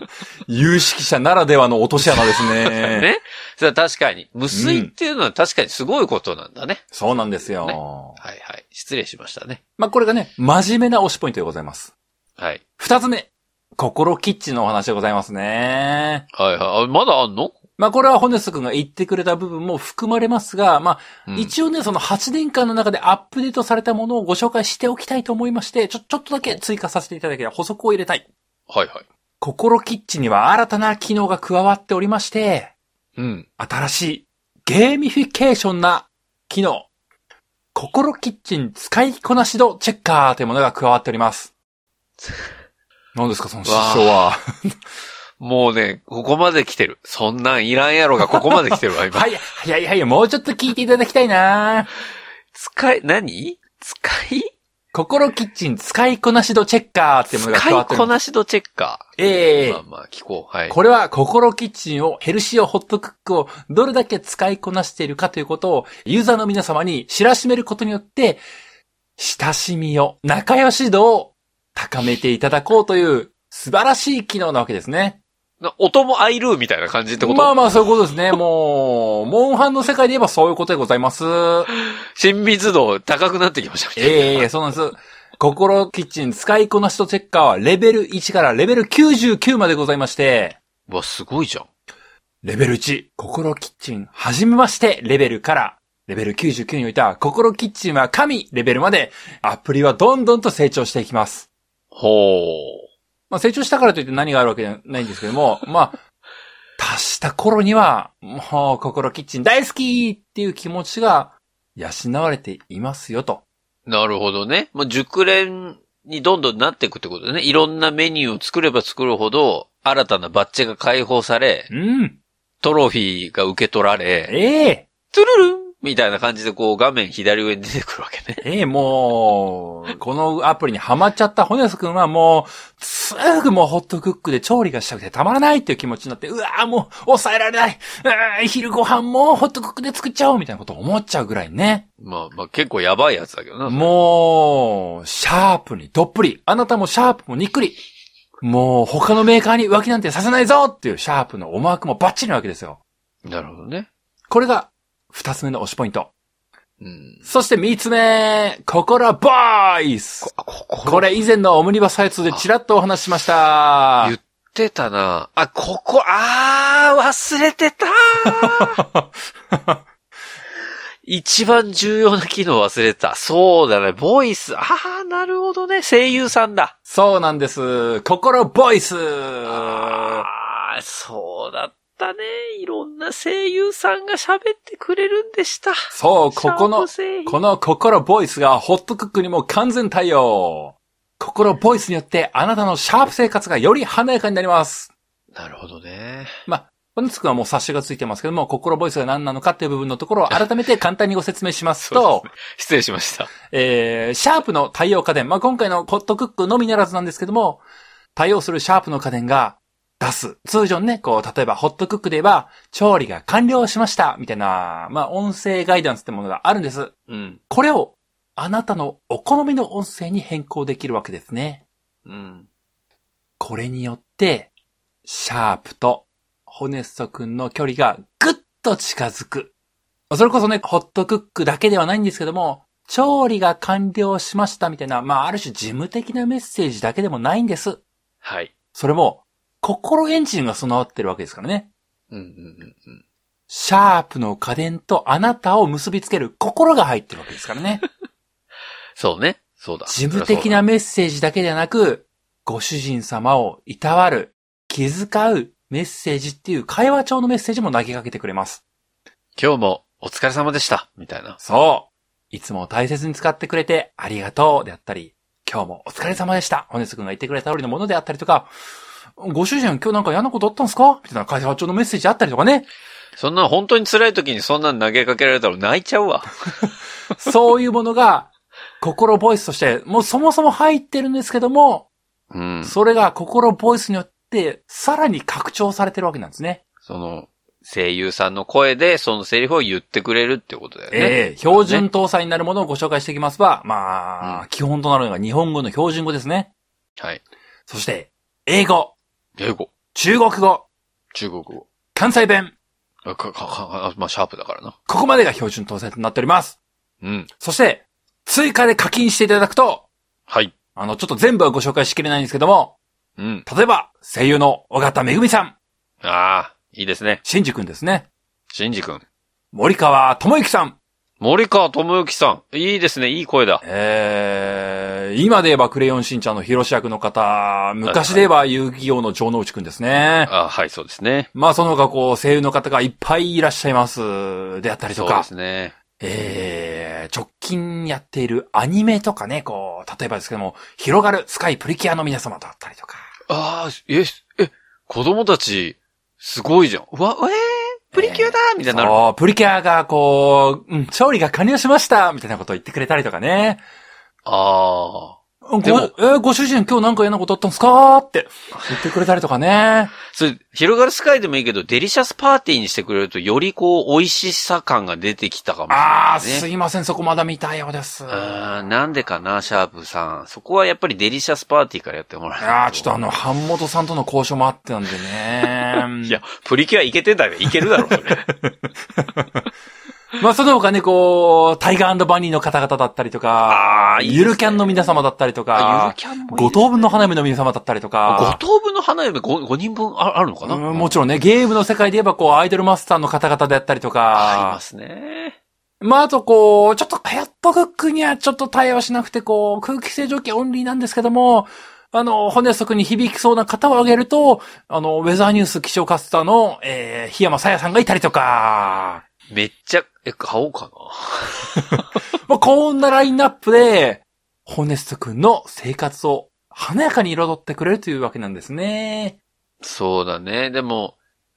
有識者ならではの落とし穴ですね。 ね。それは確かに。無水っていうのは確かにすごいことなんだね。うん、 そうなんですよ、 ね。はいはい。失礼しましたね。 まあこれがね、真面目な推しポイントでございます。 はい。 二つ目。心キッチンのお話でございますね。 はいはい。まだあんの？ まあこれはホネス君が言ってくれた部分も含まれますが、まあ、うん、一応ね、そのはちねんかんの中でアップデートされたものをご紹介しておきたいと思いまして、ちょ、ちょっとだけ追加させていただければ補足を入れたい。 はいはい。 心キッチンには新たな機能が加わっておりまして、 うん。 新しいゲーミフィケーションな機能。心キッチン使いこなし度チェッカーというものが加わっております。何ですかその失笑は。 もうね、ここまで来てる。そんなんいらんやろがここまで来てるわ、今。 はい、はい、はい、もうちょっと聞いていただきたいな。 使い、何使い心キッチン使いこなし度チェッカーっていうものが加わってる。 使いこなし度チェッカー。 ええー。 まあまあ、聞こう。はい。 これは心キッチンを、ヘルシオホットクックをどれだけ使いこなしているかということを、ユーザーの皆様に知らしめることによって、親しみを、仲良し度を高めていただこうという素晴らしい機能なわけですね。 音もアイルーみたいな感じってこと？ まあまあそういうことですね。もう、モンハンの世界で言えばそういうことでございます。 親密度高くなってきましたみたいな。 ええー、そうなんです。心キッチン使いこなしとチェッカーはレベルいちからレベルきゅうじゅうきゅうまでございまして。 うわ、すごいじゃん。 レベルいち、心キッチン、はじめまして、レベルから、レベルきゅうじゅうきゅうにおいては、心キッチンは神レベルまで、アプリはどんどんと成長していきます。 ほー。 まあ成長したからといって何があるわけじゃないんですけども、まあ、達した頃には、もう心キッチン大好きっていう気持ちが養われていますよと。 なるほどね。まあ、熟練にどんどんなっていくってことでね。いろんなメニューを作れば作るほど、新たなバッジが解放され、 うん。 トロフィーが受け取られ、 ええー、 トゥルルンみたいな感じでこう画面左上に出てくるわけね。 ええ、もう、このアプリにハマっちゃったホネス君はもう、すぐもうホットクックで調理がしたくてたまらないっていう気持ちになって、うわーもう抑えられない、うー昼ご飯もホットクックで作っちゃおうみたいなことを思っちゃうぐらいね。 まあまあ結構やばいやつだけどな。 もう、シャープにどっぷり。あなたもシャープもにっくり。もう他のメーカーに浮気なんてさせないぞっていうシャープの思惑もバッチリなわけですよ。 なるほどね。 これが二つ目の推しポイント。 うん、 そして三つ目、心ボイス。こ, これ以前のオムニバスハイツでチラッとお話ししました。 言ってたな。あ、ここ、あー、忘れてた一番重要な機能忘れてた。そうだね。ボイス。あー、なるほどね。声優さんだ。 そうなんです。心ボイス。 あー、そうだったね。いろんな声優さんが喋ってくれるんでした。 そう、ここの、この心ボイスがホットクックにも完全対応。心ボイスによってあなたのシャープ生活がより華やかになります。 なるほどね。 まあ、本日くんはもう察しがついてますけども、心ボイスが何なのかっていう部分のところを改めて簡単にご説明しますと、 すね、失礼しました。 えー、シャープの対応家電、まあ、今回のホットクックのみならずなんですけども、対応するシャープの家電が出す。通常ね、こう、例えばホットクックで言えば、調理が完了しました、みたいな、まあ、音声ガイダンスってものがあるんです。 うん。 これを、あなたのお好みの音声に変更できるわけですね。 うん。 これによって、シャープとホネスト君の距離がぐっと近づく。それこそね、ホットクックだけではないんですけども、調理が完了しましたみたいな、まあ、ある種事務的なメッセージだけでもないんです。 はい。 それも、心エンジンが備わってるわけですからね。 うんうんうんうん。 シャープの家電とあなたを結びつける心が入ってるわけですからね。 そうね。そうだ。 事務的なメッセージだけではなく、ご主人様をいたわる、気遣うメッセージっていう会話帳のメッセージも投げかけてくれます。 今日もお疲れ様でした。みたいな。 そう。いつも大切に使ってくれてありがとうであったり、今日もお疲れ様でした。ホネス君が言ってくれた通りのものであったりとか、ご主人今日なんか嫌なことあったんですかみたいな会話帳のメッセージあったりとかね。 そんな本当に辛い時にそんなの投げかけられたら泣いちゃうわ。 そういうものが心ボイスとしてもうそもそも入ってるんですけども、 うん、 それが心ボイスによってさらに拡張されてるわけなんですね。 その声優さんの声でそのセリフを言ってくれるってことだよね。 ええー、標準搭載になるものをご紹介していきますが、まあ、うん、基本となるのが日本語の標準語ですね。 はい。 そして英語。 英語。 中国語。 中国語。 関西弁。 か、か、か、まあ、シャープだからな。 ここまでが標準搭載となっております。 うん。 そして、追加で課金していただくと、 はい。 あの、ちょっと全部はご紹介しきれないんですけども、 うん。 例えば、声優の尾形めぐみさん。 ああ、いいですね。 しんじくんですね。 しんじくん。 森川智之さん。 森川智之さん。いいですね。いい声だ。 えー、今で言えばクレヨンしんちゃんのヒロシ役の方、昔で言えば遊戯王の城之内くんですね。 あ、はい、そうですね。 まあその他こう声優の方がいっぱいいらっしゃいます。であったりとか。 そうですね。 えー、直近やっているアニメとかね、こう、例えばですけども、広がるスカイプリキュアの皆様だったりとか。 ああ、え、え、子供たち、すごいじゃん。うわ、えー、プリキュアだみたいな。 そう、プリキュアがこう、うん、調理が完了しましたみたいなことを言ってくれたりとかね。 ああ。 ご、えー、ご主人今日なんか嫌なことあったんですかって言ってくれたりとかね。 それ、広がるスカイでもいいけど、デリシャスパーティーにしてくれると、よりこう、美味しさ感が出てきたかもしれない、ね。 ああ、すいません、そこまだ見たようです。 あなんでかな、シャープさん。そこはやっぱりデリシャスパーティーからやってもらえる。 いやー、ちょっとあの、版元さんとの交渉もあってなんでね。 いや、プリキュアいけてたよ。いけるだろ、それ。 まあ、その他ね、こう、タイガー&バニーの方々だったりとか、あいいね、ゆるキャンの皆様だったりとか、 ゆるキャンもいい、ね、 五等分の花嫁の皆様だったりとか、 五等分の花嫁 5, 5人分ああるのかな、 うん、もちろんね、ゲームの世界で言えば、こう、アイドルマスターの方々であったりとか、 ありますね。 まあ、あとこう、ちょっとホットクックにはちょっと対応しなくて、こう、空気清浄機オンリーなんですけども、あの、骨速に響きそうな方を挙げると、あの、ウェザーニュース気象カスターの、えー、檜山さやさんがいたりとか、 めっちゃ、え、買おうかな。 まあ、こんなラインナップで、ホネスト君の生活を華やかに彩ってくれるというわけなんですね。 そうだね。でも、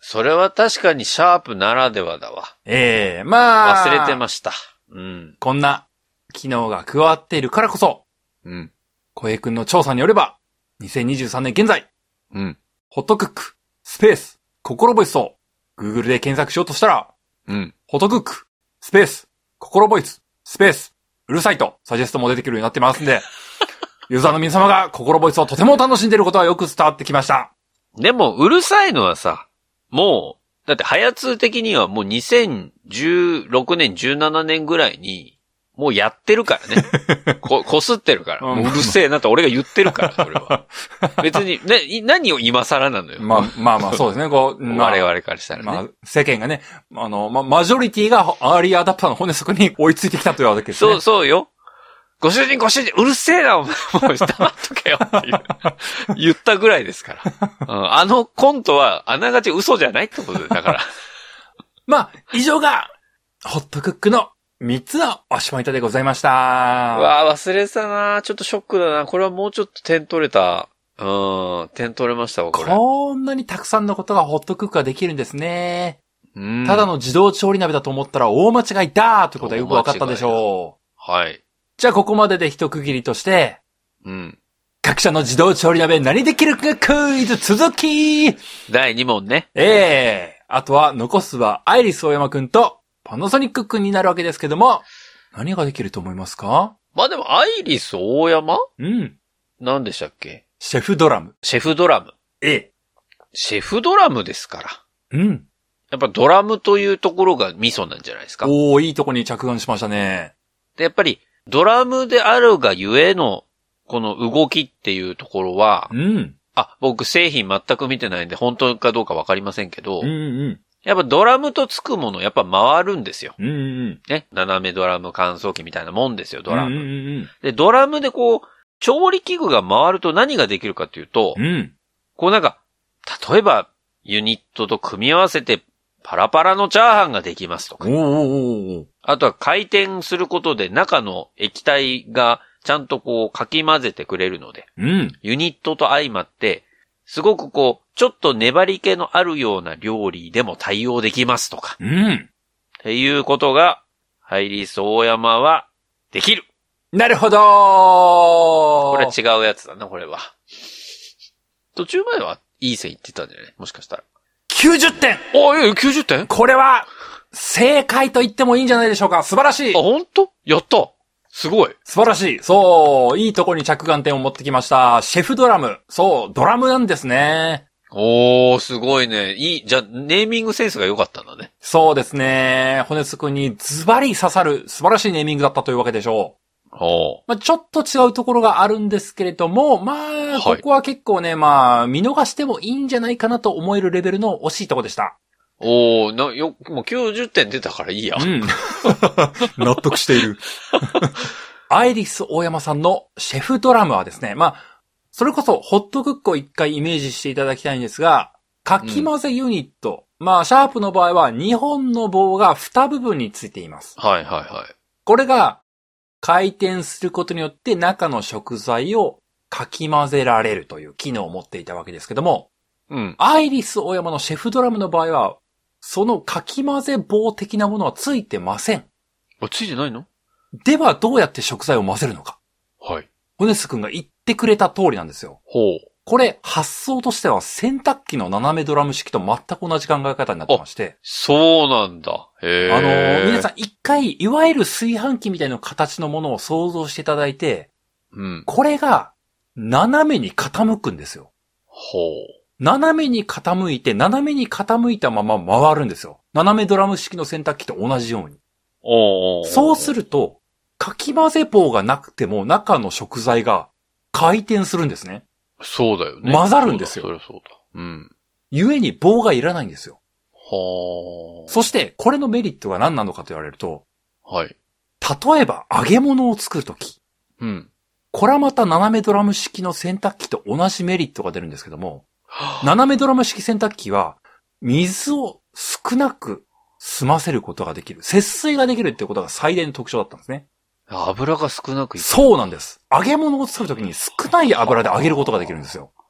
それは確かにシャープならではだわ。 ええー、まあ。 忘れてました。うん。 こんな機能が加わっているからこそ、 うん。 小平くんの調査によれば、にせんにじゅうさんねん現在、 うん。 ホットクック、スペース、心ボイスを Google で検索しようとしたら、 うん。 ホットクック、スペース、心ボイス、スペース、うるさいとサジェストも出てくるようになってますんで、ユーザーの皆様が心ボイスをとても楽しんでいることはよく伝わってきました。 でも、うるさいのはさ、もう、だって、ハヤツー的にはもうにせんじゅうろくねん、じゅうななねんぐらいに、もうやってるからね。こ、こすってるから。もううるせえなと俺が言ってるから、それは。別に、ね、何を今更なのよ。 まあまあまあ、そうですね。こう、まあ、 我々からしたらね。まあ、 世間がね、あの、まあ、マジョリティがアーリーアダプターの骨底に追いついてきたというわけですね。 そう、そうよ。ご主人ご主人、うるせえな、お前。もう黙っとけよっていう。言ったぐらいですから、うん。あのコントは、あながち嘘じゃないってことで、だから。 まあ、以上が、ホットクックのみっつの推しポイントでございました。 うわぁ、忘れてたな。ちょっとショックだな。これはもうちょっと点取れた。うん、点取れましたわ、これ。 こんなにたくさんのことがホットクックができるんですね。 うん、 ただの自動調理鍋だと思ったら大間違いだーということはよく分かったでしょう。はい。 じゃあここまでで一区切りとして、 うん。 各社の自動調理鍋何できるかクイズ続きだいに問ね。 ええー。あとは残すはアイリス大山くんとパナソニックくんになるわけですけども、何ができると思いますか？ まあでもアイリス大山？ うん。 何でしたっけ？ シェフドラム。 シェフドラム。 ええ。 シェフドラムですから。 うん。 やっぱドラムというところがミソなんじゃないですか。 おー、いいとこに着眼しましたね。 で、やっぱりドラムであるがゆえのこの動きっていうところは、 うん。 あ、僕製品全く見てないんで本当かどうかわかりませんけど、 うんうん。 やっぱドラムとつくものやっぱ回るんですよ。 うんうん。 ね。斜めドラム乾燥機みたいなもんですよ、ドラム。 うんうんうん。 で、ドラムでこう、調理器具が回ると何ができるかというと、 うん。 こうなんか、例えばユニットと組み合わせてパラパラのチャーハンができますとか。 おーおーおー。 あとは回転することで中の液体がちゃんとこうかき混ぜてくれるので、 うん。 ユニットと相まって、すごくこう、ちょっと粘り気のあるような料理でも対応できますとか。 うん。 っていうことが、ハイリス大山はできる。 なるほどー。 これは違うやつだな、これは。途中まではいい線いってたんじゃない？もしかしたら。 きゅうじゅってん。 おい、きゅうじゅってん？ これは、正解と言ってもいいんじゃないでしょうか。素晴らしい。 あ、ほんと？やった。すごい。 素晴らしい。そう、いいとこに着眼点を持ってきました。シェフドラム。そう、ドラムなんですね。 おー、すごいね。いい、じゃあ、ネーミングセンスが良かったんだね。 そうですね。骨つくにズバリ刺さる素晴らしいネーミングだったというわけでしょう。 おー。 まあ、ちょっと違うところがあるんですけれども、まあ、ここは結構ね、はい、まあ、見逃してもいいんじゃないかなと思えるレベルの惜しいところでした。 おー、な、よ、もうきゅうじゅってん出たからいいや。 うん。納得している。アイリス大山さんのシェフドラムはですね、まあ、それこそホットクックを一回イメージしていただきたいんですが、かき混ぜユニット。うん、まあ、シャープの場合はにほんの棒がに部分についています。 はいはいはい。 これが回転することによって中の食材をかき混ぜられるという機能を持っていたわけですけども、 うん。 アイリス大山のシェフドラムの場合は、そのかき混ぜ棒的なものはついてません。 あ、ついてないの？ ではどうやって食材を混ぜるのか。 はい。 ホネス君が言ってくれた通りなんですよ。 ほう。 これ、発想としては洗濯機の斜めドラム式と全く同じ考え方になってまして。 そうなんだ。へー。 あのー、皆さん一回、いわゆる炊飯器みたいな形のものを想像していただいて、 うん。 これが、斜めに傾くんですよ。 ほう。 斜めに傾いて、斜めに傾いたまま回るんですよ。斜めドラム式の洗濯機と同じように。 おー。 そうすると、かき混ぜ棒がなくても中の食材が回転するんですね。 そうだよね。 混ざるんですよ。 そりゃそうだ。うん。 ゆえに棒がいらないんですよ。 はあ。 そして、これのメリットが何なのかと言われると、 はい。 例えば揚げ物を作るとき。 うん。 これはまた斜めドラム式の洗濯機と同じメリットが出るんですけども、斜めドラム式洗濯機は、水を少なく済ませることができる。節水ができるってことが最大の特徴だったんですね。 油が少なくいく。 そうなんです。揚げ物を作るときに少ない油で揚げることができるんですよ。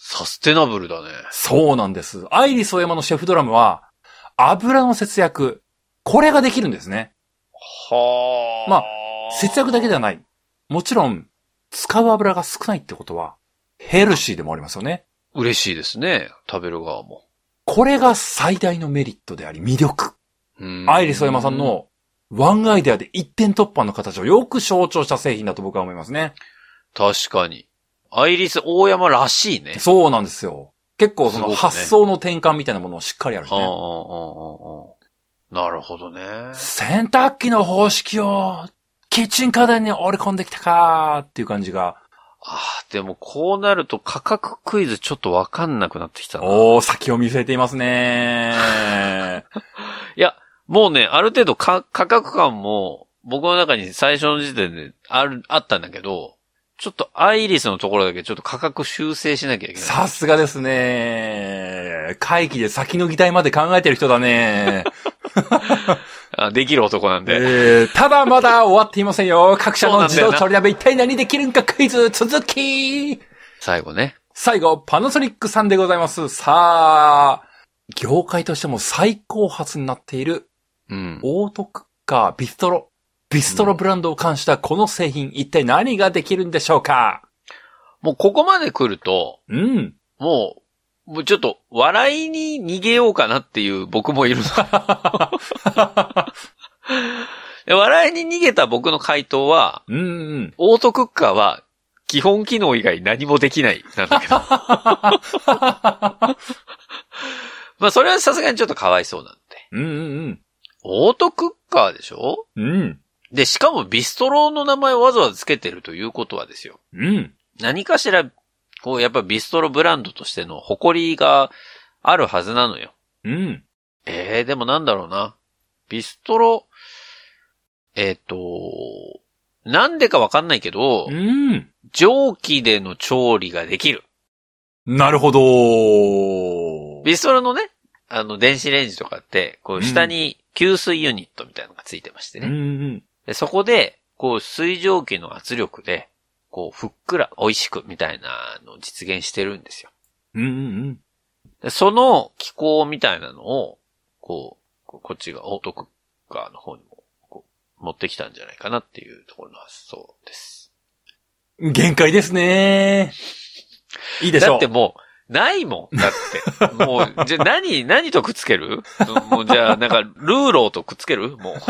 サステナブルだね。 そうなんです。アイリスオーヤマのシェフドラムは、油の節約、これができるんですね。 はあ。 まあ、節約だけではない。もちろん、使う油が少ないってことは、ヘルシーでもありますよね。 嬉しいですね。食べる側も。 これが最大のメリットであり魅力。アイリスオーヤマさんのワンアイデアで一点突破の形をよく象徴した製品だと僕は思いますね。 確かに。アイリスオーヤマらしいね。 そうなんですよ。結構その発想の転換みたいなものをしっかりあるね。 ああああああなるほどね。 洗濯機の方式をキッチン家電に織り込んできたかーっていう感じが。 ああ、でもこうなると価格クイズちょっとわかんなくなってきたな。 おー、先を見据えていますねいや、もうね、ある程度か価格感も僕の中に最初の時点である、あったんだけど、ちょっとアイリスのところだけちょっと価格修正しなきゃいけない。 さすがですね。会議で先の議題まで考えてる人だね。 あできる男なんで、 えー。ただまだ終わっていませんよ。各社の自動調理鍋一体何できるんかクイズ続き。 最後ね。 最後、パナソニックさんでございます。さあ、業界としても最高発になっている、 うん、 オートクッカービストロ。ビストロブランドを冠したこの製品、一体何ができるんでしょうか？ もうここまで来ると、 うん。 もう、もうちょっと笑いに逃げようかなっていう僕もいるの。笑いに逃げた僕の回答は、 うんうん、 オートクッカーは基本機能以外何もできないなんだけど。まあそれはさすがにちょっとかわいそうなんで。 うんうんうん。 オートクッカーでしょ？ うん。 で、しかもビストロの名前をわざわざつけてるということはですよ。 うん。 何かしら、こう、やっぱビストロブランドとしての誇りがあるはずなのよ。 うん。 えー、でもなんだろうな。ビストロ、えっと、なんでかわかんないけど、 うん。 蒸気での調理ができる。 なるほど。 ビストロのね、あの、電子レンジとかって、こう、下に給水ユニットみたいなのがついてましてね。 うんうん、 でそこで、こう、水蒸気の圧力で、こう、ふっくら美味しくみたいなのを実現してるんですよ。 うんうんうん、 でその機構みたいなのを、こう、こっちがオートクッカーの方にも、こう、持ってきたんじゃないかなっていうところの発想です。 限界ですね。いいでしょう。 だってもう、ないもん。だって。もう、じゃあ何、何とくっつける？もうじゃあ、なんか、ルーローとくっつける？もう。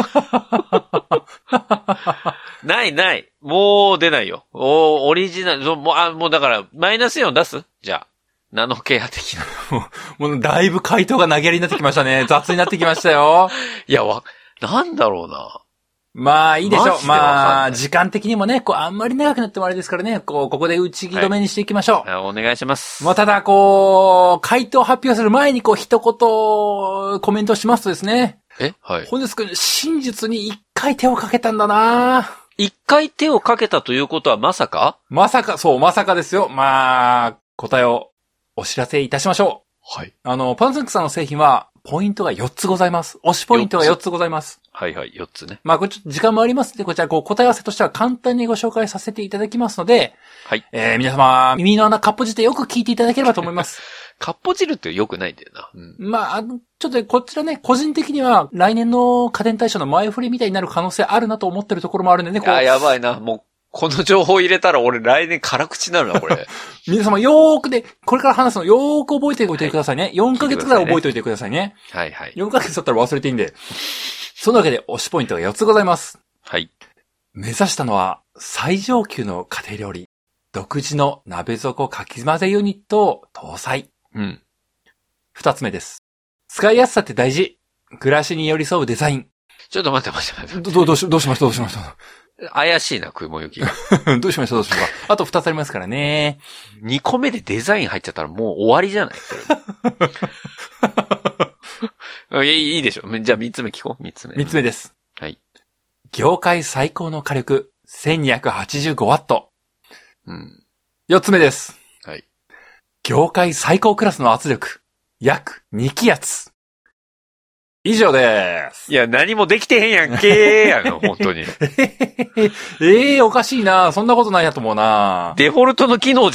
ないない。もう出ないよ。おオリジナル、もう、あ、もうだから、マイナスイオン出す？じゃあ。ナノケア的な。 もう、もうだいぶ回答が投げやりになってきましたね。雑になってきましたよ。 いや、わ、なんだろうな。 まあ、いいでしょう。まあ、 時時間的にもね、こう、あんまり長くなってもあれですからね、こう、ここで打ち切り止めにしていきましょう。 はい、お願いします。 まあ、ただ、こう、回答を発表する前に、こう、一言、コメントしますとですね。 えはい。 本日くん、真実に一回手をかけたんだな一回手をかけたということはまさか？ まさか、そう、まさかですよ。まあ、答えをお知らせいたしましょう。はい。 あの、パナソニックさんの製品は、ポイントがよっつございます。推しポイントがよっつございます。 はいはい、よっつね。 まあ、これちょっと時間もありますので、こちらこう答え合わせとしては簡単にご紹介させていただきますので、 はい。 えー、皆様、耳の穴かっぽじってよく聞いていただければと思います。 かっぽじるって良くないんだよな。 うん、まあ、あの、ちょっとこちらね、個人的には来年の家電大賞の前振りみたいになる可能性あるなと思ってるところもあるんでね、こう。 あ、やばいな。もう、この情報入れたら俺来年辛口になるな、これ。 皆様よーくで、これから話すのよーく覚えておいてくださいね。はい、よんかげつくらい覚えておいてくださいね。 はいはい。 よんかげつだったら忘れていいんで。そのわけで推しポイントがよっつございます。 はい。 目指したのは最上級の家庭料理。独自の鍋底かき混ぜユニットを搭載。 うん。 二つ目です。使いやすさって大事。暮らしに寄り添うデザイン。 ちょっと待って待って待って。 ど、どうし、どうしましたどうしました怪しいな、雲行きが。 どうしましたどうしましたあと二つありますからね。 二個目でデザイン入っちゃったらもう終わりじゃないそれいいでしょ。じゃあ三つ目聞こう。三つ目。 三つ目です。 はい。 業界最高の火力、せんにひゃくはちじゅうごワット。 うん。 四つ目です。 はい。 業界最高クラスの圧力、約に気圧。以上です。 いや、何もできてへんやんけーやの、本当に。 ええー、おかしいな。そんなことないやと思うな。 デフォルトの機能じゃない。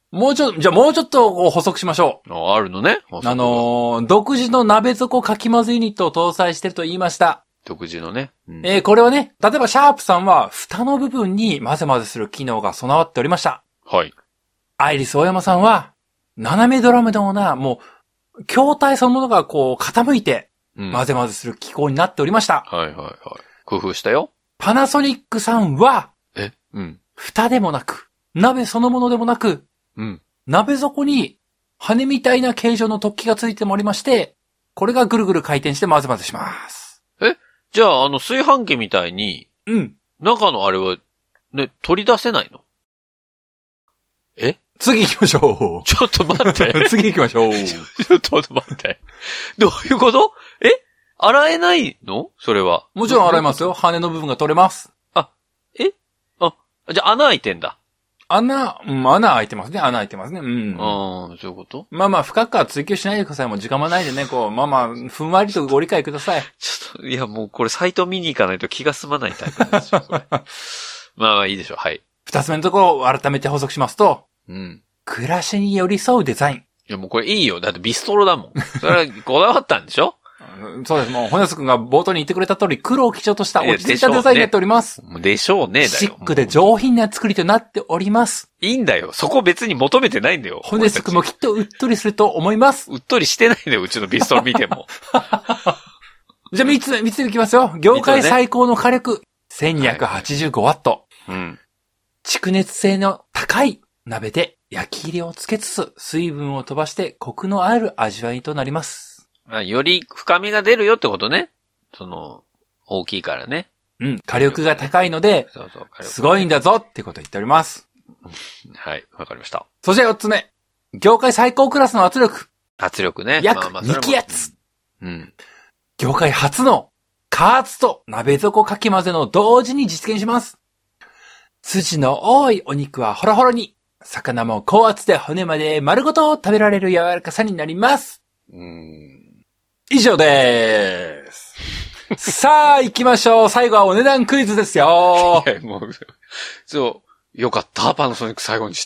もうちょっと、じゃあもうちょっとこう補足しましょう。 あ、あるのね。 あのー、独自の鍋底かき混ぜユニットを搭載してると言いました。 独自のね。 うん、えー、これはね、例えばシャープさんは蓋の部分に混ぜ混ぜする機能が備わっておりました。 はい。 アイリス大山さんは、斜めドラムのような、もう、筐体そのものがこう傾いて、混ぜ混ぜする機構になっておりました。 うん、はいはいはい。工夫したよ。 パナソニックさんは、 えうん。 蓋でもなく、鍋そのものでもなく、 うん。 鍋底に羽みたいな形状の突起がついておりまして、これがぐるぐる回転して混ぜ混ぜします。 えじゃあ、あの、炊飯器みたいに、 うん。 中のあれは、ね、取り出せないの？え次行きましょう。 ちょっと待って。 次行きましょう。 ちょっと待って。どういうこと？え洗えないの？それは。 もちろん洗えますよ。羽の部分が取れます。 あ、えあ、じゃあ穴開いてんだ。 穴、うん、穴開いてますね。穴開いてますね。うん。 ああ、そういうこと？ まあまあ、深くは追求しないでください。もう時間もないでね、こう、まあまあ、ふんわりとご理解ください。 ちょっと、いやもうこれサイト見に行かないと気が済まないタイプなんですよ、これ。まあまあいいでしょう。はい。 二つ目のところを改めて補足しますと、 うん。 暮らしに寄り添うデザイン。いやもうこれいいよ。だってビストロだもん。それはこだわったんでしょ？ そうです。もう、骨津くんが冒頭に言ってくれた通り、黒を基調とした落ち着いたデザインになっております。 でしょうね。だよ。 シックで上品な作りとなっております。 いいんだよ。そこ別に求めてないんだよ。 骨津くんもきっとうっとりすると思います。 うっとりしてないんだよ。うちのビストロ見ても。 じゃあ三つ、三ついきますよ。業界最高の火力。せんにひゃくはちじゅうごワット。 うん。 蓄熱性の高い鍋で焼き入れをつけつつ、水分を飛ばしてコクのある味わいとなります。 より深みが出るよってことね。その、大きいからね。 うん。火力が高いので、そうそう、すごいんだぞってことを言っております。 はい。わかりました。 そして四つ目。業界最高クラスの圧力。 圧力ね。 約に気圧。 うん。 業界初の加圧と鍋底かき混ぜの同時に実現します。筋の多いお肉はホロホロに、魚も高圧で骨まで丸ごと食べられる柔らかさになります。 うーん。 以上でーす。さあ、行きましょう。最後はお値段クイズですよ。 いや、もう、そう、よかった。パナソニック最後にして。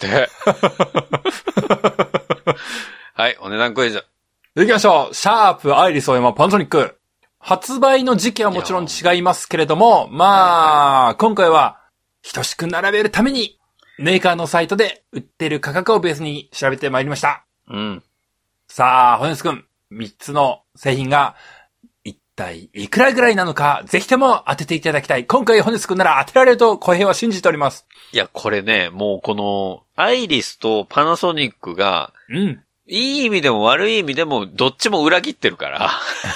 はい、お値段クイズ。 行きましょう。シャープ、アイリスオーヤマ、パナソニック。発売の時期はもちろん違いますけれども、まあ、今回は、等しく並べるために、メーカーのサイトで売ってる価格をベースに調べてまいりました。 うん。 さあ、ホネス君。三つの製品が一体いくらぐらいなのか、ぜひとも当てていただきたい。今回ホネス君なら当てられると小平は信じております。 いや、これね、もうこのアイリスとパナソニックが、 うん。 いい意味でも悪い意味でもどっちも裏切ってるから。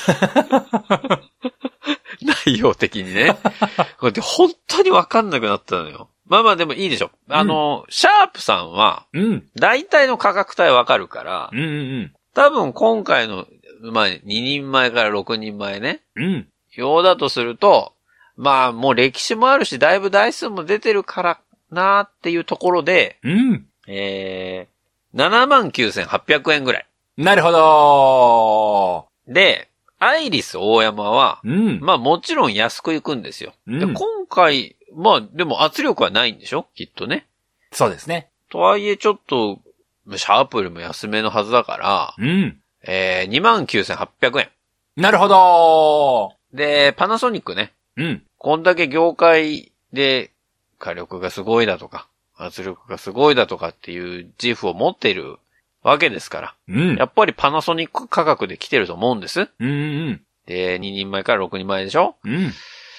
内容的にね。これで本当にわかんなくなったのよ。まあまあでもいいでしょ。あの、うん、シャープさんは、 うん。 大体の価格帯わかるから、 うんうんうん。 多分今回の、まあ、ににんまえからろくにんまえね。 うん。 用だとすると、まあ、もう歴史もあるし、だいぶ台数も出てるからなーっていうところで、 うん。 えー、ななまんきゅうせんはっぴゃくえんぐらい。 なるほどー。で、アイリス大山は、 うん。 まあもちろん安く行くんですよ。 うん、 で今回、まあでも圧力はないんでしょ？きっとね。 そうですね。 とはいえちょっと、シャープよりも安めのはずだから、 うん。 えー、にまんきゅうせんはっぴゃくえん。 なるほどで、パナソニックね。 うん。 こんだけ業界で火力がすごいだとか、圧力がすごいだとかっていう自負を持っているわけですから。 うん。 やっぱりパナソニック価格で来てると思うんです。 うんうん。 で、ににんまえからろくにんまえでしょ？ うん。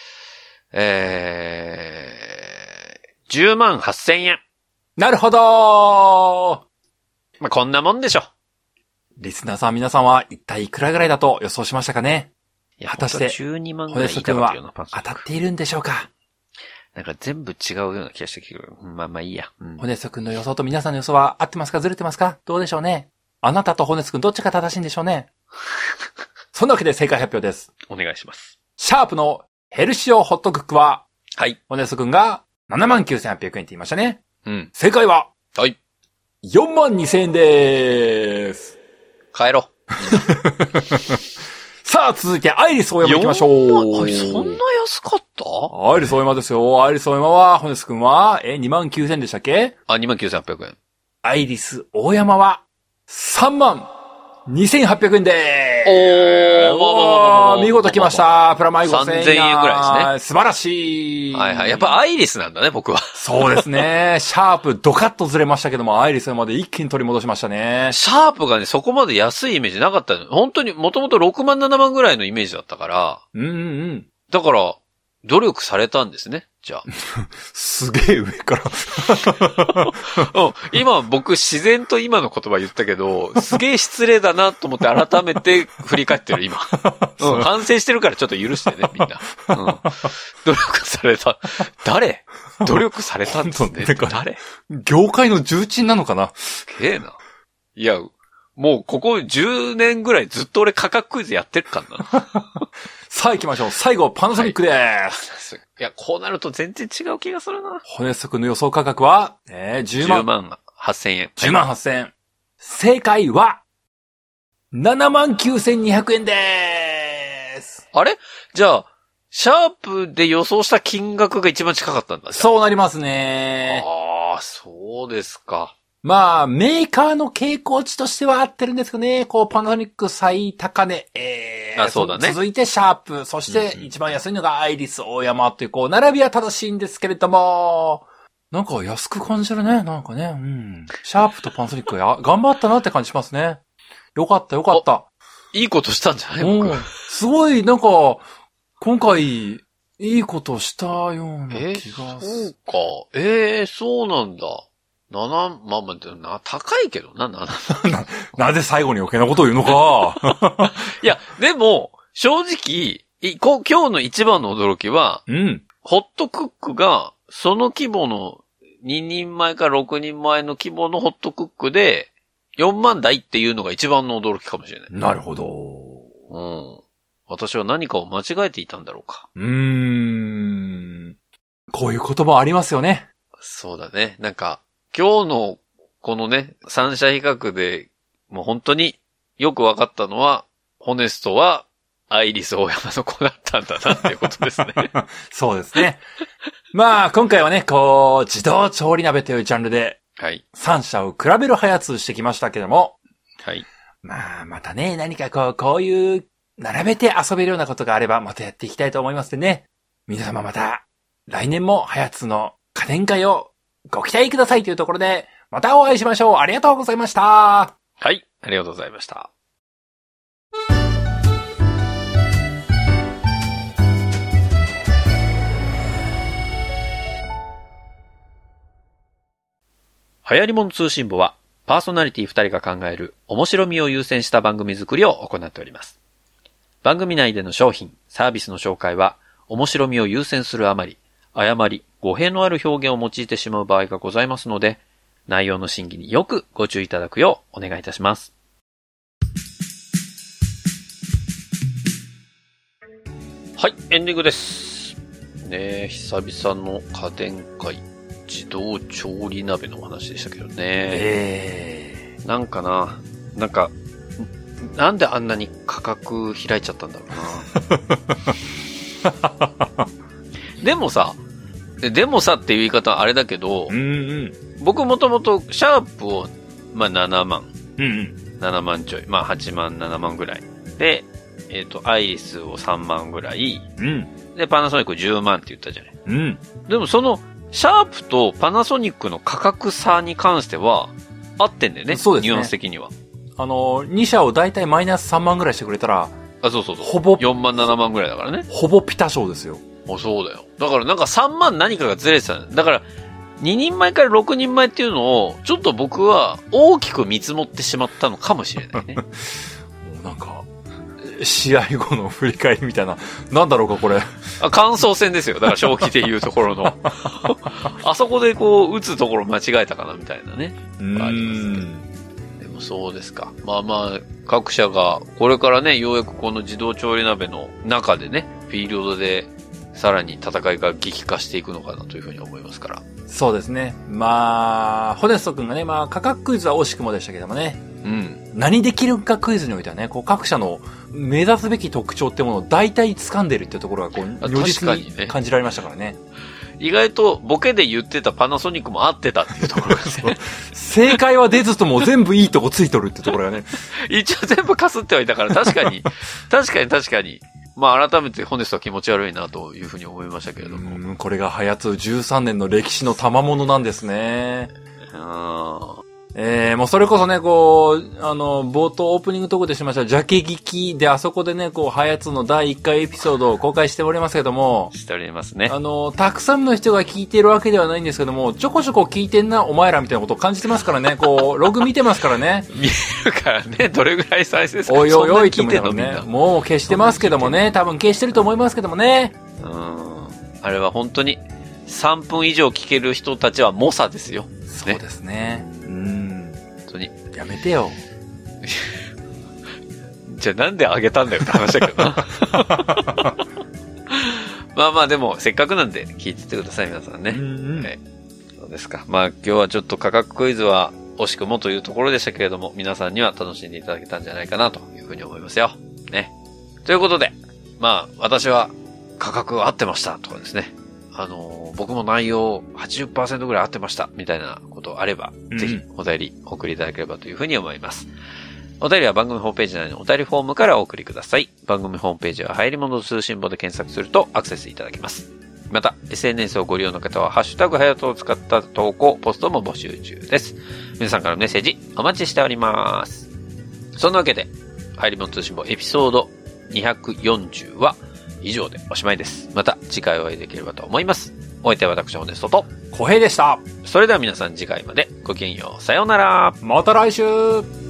えー、じゅうまんはっせんえん。 なるほどまあ、こんなもんでしょ。 リスナーさん皆さんは一体いくらぐらいだと予想しましたかね？ いや、 果たして、 じゅうにまんぐらい言いたかったようなパン当たっているんでしょうか？ なんか全部違うような気がしてきる。まあまあいいや。 うん、ホネス君の予想と皆さんの予想は合ってますか？ずれてますか？どうでしょうね？あなたとホネス君どっちが正しいんでしょうね？そんなわけで正解発表です。 お願いします。 シャープのヘルシオホットクックは、 はい。 ホネス君が ななまんきゅうせんはっぴゃくえんって言いましたね。 うん。 正解は、 はい。 よんまんにせんえんでーす。 帰ろう。 さあ、続いてアイリスオーヤマ行きましょう。 そんな安かった？ アイリスオーヤマですよ。アイリスオーヤマは、ホネス君は、え、にまんきゅうせんでしたっけ？ あ、にまんきゅうせんはっぴゃくえん。 アイリス大山はさんまんにせんはっぴゃくえんでーす。 おー、 おー、見事来ました。プラマイごせんえん。 さんぜんえんぐらいですね。 素晴らしい。 はいはい。やっぱアイリスなんだね、僕は。 そうですね。シャープドカッとずれましたけども、アイリスまで一気に取り戻しましたね。 シャープがね、そこまで安いイメージなかったの。本当にもともとろくまんななまんぐらいのイメージだったから。 うんうんうん。 だから、努力されたんですね、じゃあ。 すげえ上から今僕自然と今の言葉言ったけど、すげえ失礼だなと思って改めて振り返ってる今。うん、反省してるからちょっと許してね、みんな。うん、努力された。誰努力されたんですね。誰業界の重鎮なのかな。 すげえな。いや、もうここじゅうねんぐらいずっと俺価格クイズやってるからな。 さあ行きましょう。最後、パナソニックでーす。 はい、いや、こうなると全然違う気がするな。 骨速の予想価格は、えー、じゅうまん。 じゅうまんはっせんえん。 じゅうまんはっせんえん。正解は、ななまんきゅうせんにひゃくえんでーす。 あれじゃあ、シャープで予想した金額が一番近かったんだ。 そうなりますね。 ああ、そうですか。 まあ、メーカーの傾向値としては合ってるんですけどね。こう、パナソニック最高値、えー、 あ、そうだね。 続いてシャープ、そして一番安いのがアイリス大山という、こう、並びは正しいんですけれども、なんか安く感じるね。なんかね、うん。シャープとパナソニックや、頑張ったなって感じしますね。よかったよかった。 いいことしたんじゃない僕、うん。 すごい、なんか、今回、いいことしたような気がする。 えー、そうか。ええー、そうなんだ。なな、まあまあ、な、高いけどな、なな。 な、なぜ最後に余計なことを言うのか。 いや、でも、正直、いこ今日の一番の驚きは、 うん。 ホットクックが、その規模のににんまえかろくにんまえの規模のホットクックで、よんまん台っていうのが一番の驚きかもしれない。 なるほど。 うん。私は何かを間違えていたんだろうか。 うーん。こういうこともありますよね。 そうだね。なんか、今日のこのね、三者比較でもう本当によく分かったのは、ホネストはアイリス大山の子だったんだなっていうことですね。 そうですね。まあ、今回はね、こう、自動調理鍋というジャンルで、 はい。 三者を比べる早通してきましたけども、 はい。 まあ、またね、何かこう、こういう、並べて遊べるようなことがあれば、またやっていきたいと思いますんでね。皆様また、来年も早通の家電会をご期待くださいというところで、またお会いしましょう。ありがとうございました。 はい、ありがとうございました。流行り物通信簿は、パーソナリティふたりが考える面白みを優先した番組作りを行っております。番組内での商品、サービスの紹介は、面白みを優先するあまり、誤り、語弊のある表現を用いてしまう場合がございますので、内容の審議によくご注意いただくようお願いいたします。はい、エンディングです。ねえ、久々の家電界、自動調理鍋のお話でしたけどね。 えー、なんかな、なんか、なんであんなに価格開いちゃったんだろうな。でもさ、でもさっていう言い方はあれだけど、 うんうん、 僕もともとシャープを、まあ、ななまん、 うんうん、 ななまんちょい、まあはちまん、ななまんぐらい。で、えっ、ー、と、アイリスをさんまんぐらい、 うん、 で、パナソニックじゅうまんって言ったじゃない。 うん、 でもその、シャープとパナソニックの価格差に関しては、合ってんだよね。 そうですね。 ニュアンス的には。 あの、に社をだいたいマイナスさんまんぐらいしてくれたら、 あ、そうそうそう。 ほぼ、 よんまん、ななまんぐらいだからね。 ほぼピタ賞ですよ。 あ、そうだよ。だからなんかさんまん何かがずれてたんだ。だから、ににんまえからろくにんまえっていうのを、ちょっと僕は大きく見積もってしまったのかもしれないね。 もうなんか、試合後の振り返りみたいな、なんだろうかこれ。 あ、感想戦ですよ。だから正気で言うところの。あそこでこう、打つところ間違えたかなみたいなね。 うーん。 ありますね。でもそうですか。まあまあ、各社が、これからね、ようやくこの自動調理鍋の中でね、フィールドで、さらに戦いが激化していくのかなというふうに思いますから。 そうですね。まあ、ホネスト君がね、まあ価格クイズは惜しくもでしたけどもね、 うん。 何できるかクイズにおいてはね、こう各社の目指すべき特徴ってものを大体掴んでるっていうところがこう、如実に感じられましたからね。 意外とボケで言ってたパナソニックも合ってたっていうところがね。 正解は出ずとも全部いいとこついとるってところがね。 一応全部かすってはいたから確かに、確かに確かに。まあ改めてホネストは気持ち悪いなというふうに思いましたけれども。 うん、これがハヤツじゅうさんねんの歴史の賜物なんですね。 うん。 えー、もうそれこそね、こう、あの、冒頭オープニングトークでしましたジャケ聞きであそこでね、こう、ハヤツのだいいっかいエピソードを公開しておりますけども。 しておりますね。 あの、たくさんの人が聞いてるわけではないんですけども、ちょこちょこ聞いてんな、お前らみたいなことを感じてますからね、こう、ログ見てますからね。 見えるからね、どれぐらい再生するか。 おいおいおいって思いながらね。もう消してますけどもね、多分消してると思いますけどもね。 うん。あれは本当にさんぷん以上聞ける人たちは猛者ですよ。ね、 そうですね。うん。 本当に。 やめてよ。 じゃあなんであげたんだよって話だけどな。まあまあでもせっかくなんで聞いてってください皆さんね。うんうん、はい。そうですか。まあ今日はちょっと価格クイズは惜しくもというところでしたけれども、皆さんには楽しんでいただけたんじゃないかなというふうに思いますよ。ね。ということで、まあ私は価格合ってましたとかですね。あのー、僕も内容 はちじゅっパーセント ぐらい合ってましたみたいなことあれば、うん、ぜひお便りお送りいただければというふうに思います。お便りは番組ホームページ内のお便りフォームからお送りください。番組ホームページは入り物通信簿で検索するとアクセスいただけます。また、エスエヌエス をご利用の方はハッシュタグハヤトを使った投稿、ポストも募集中です。皆さんからのメッセージお待ちしております。そんなわけで、入り物通信簿エピソードにひゃくよんじゅうは以上でおしまいです。また次回お会いできればと思います。お相手は私、ホネストと小平でした。 それでは皆さん次回までごきげんよう。さようなら。 また来週。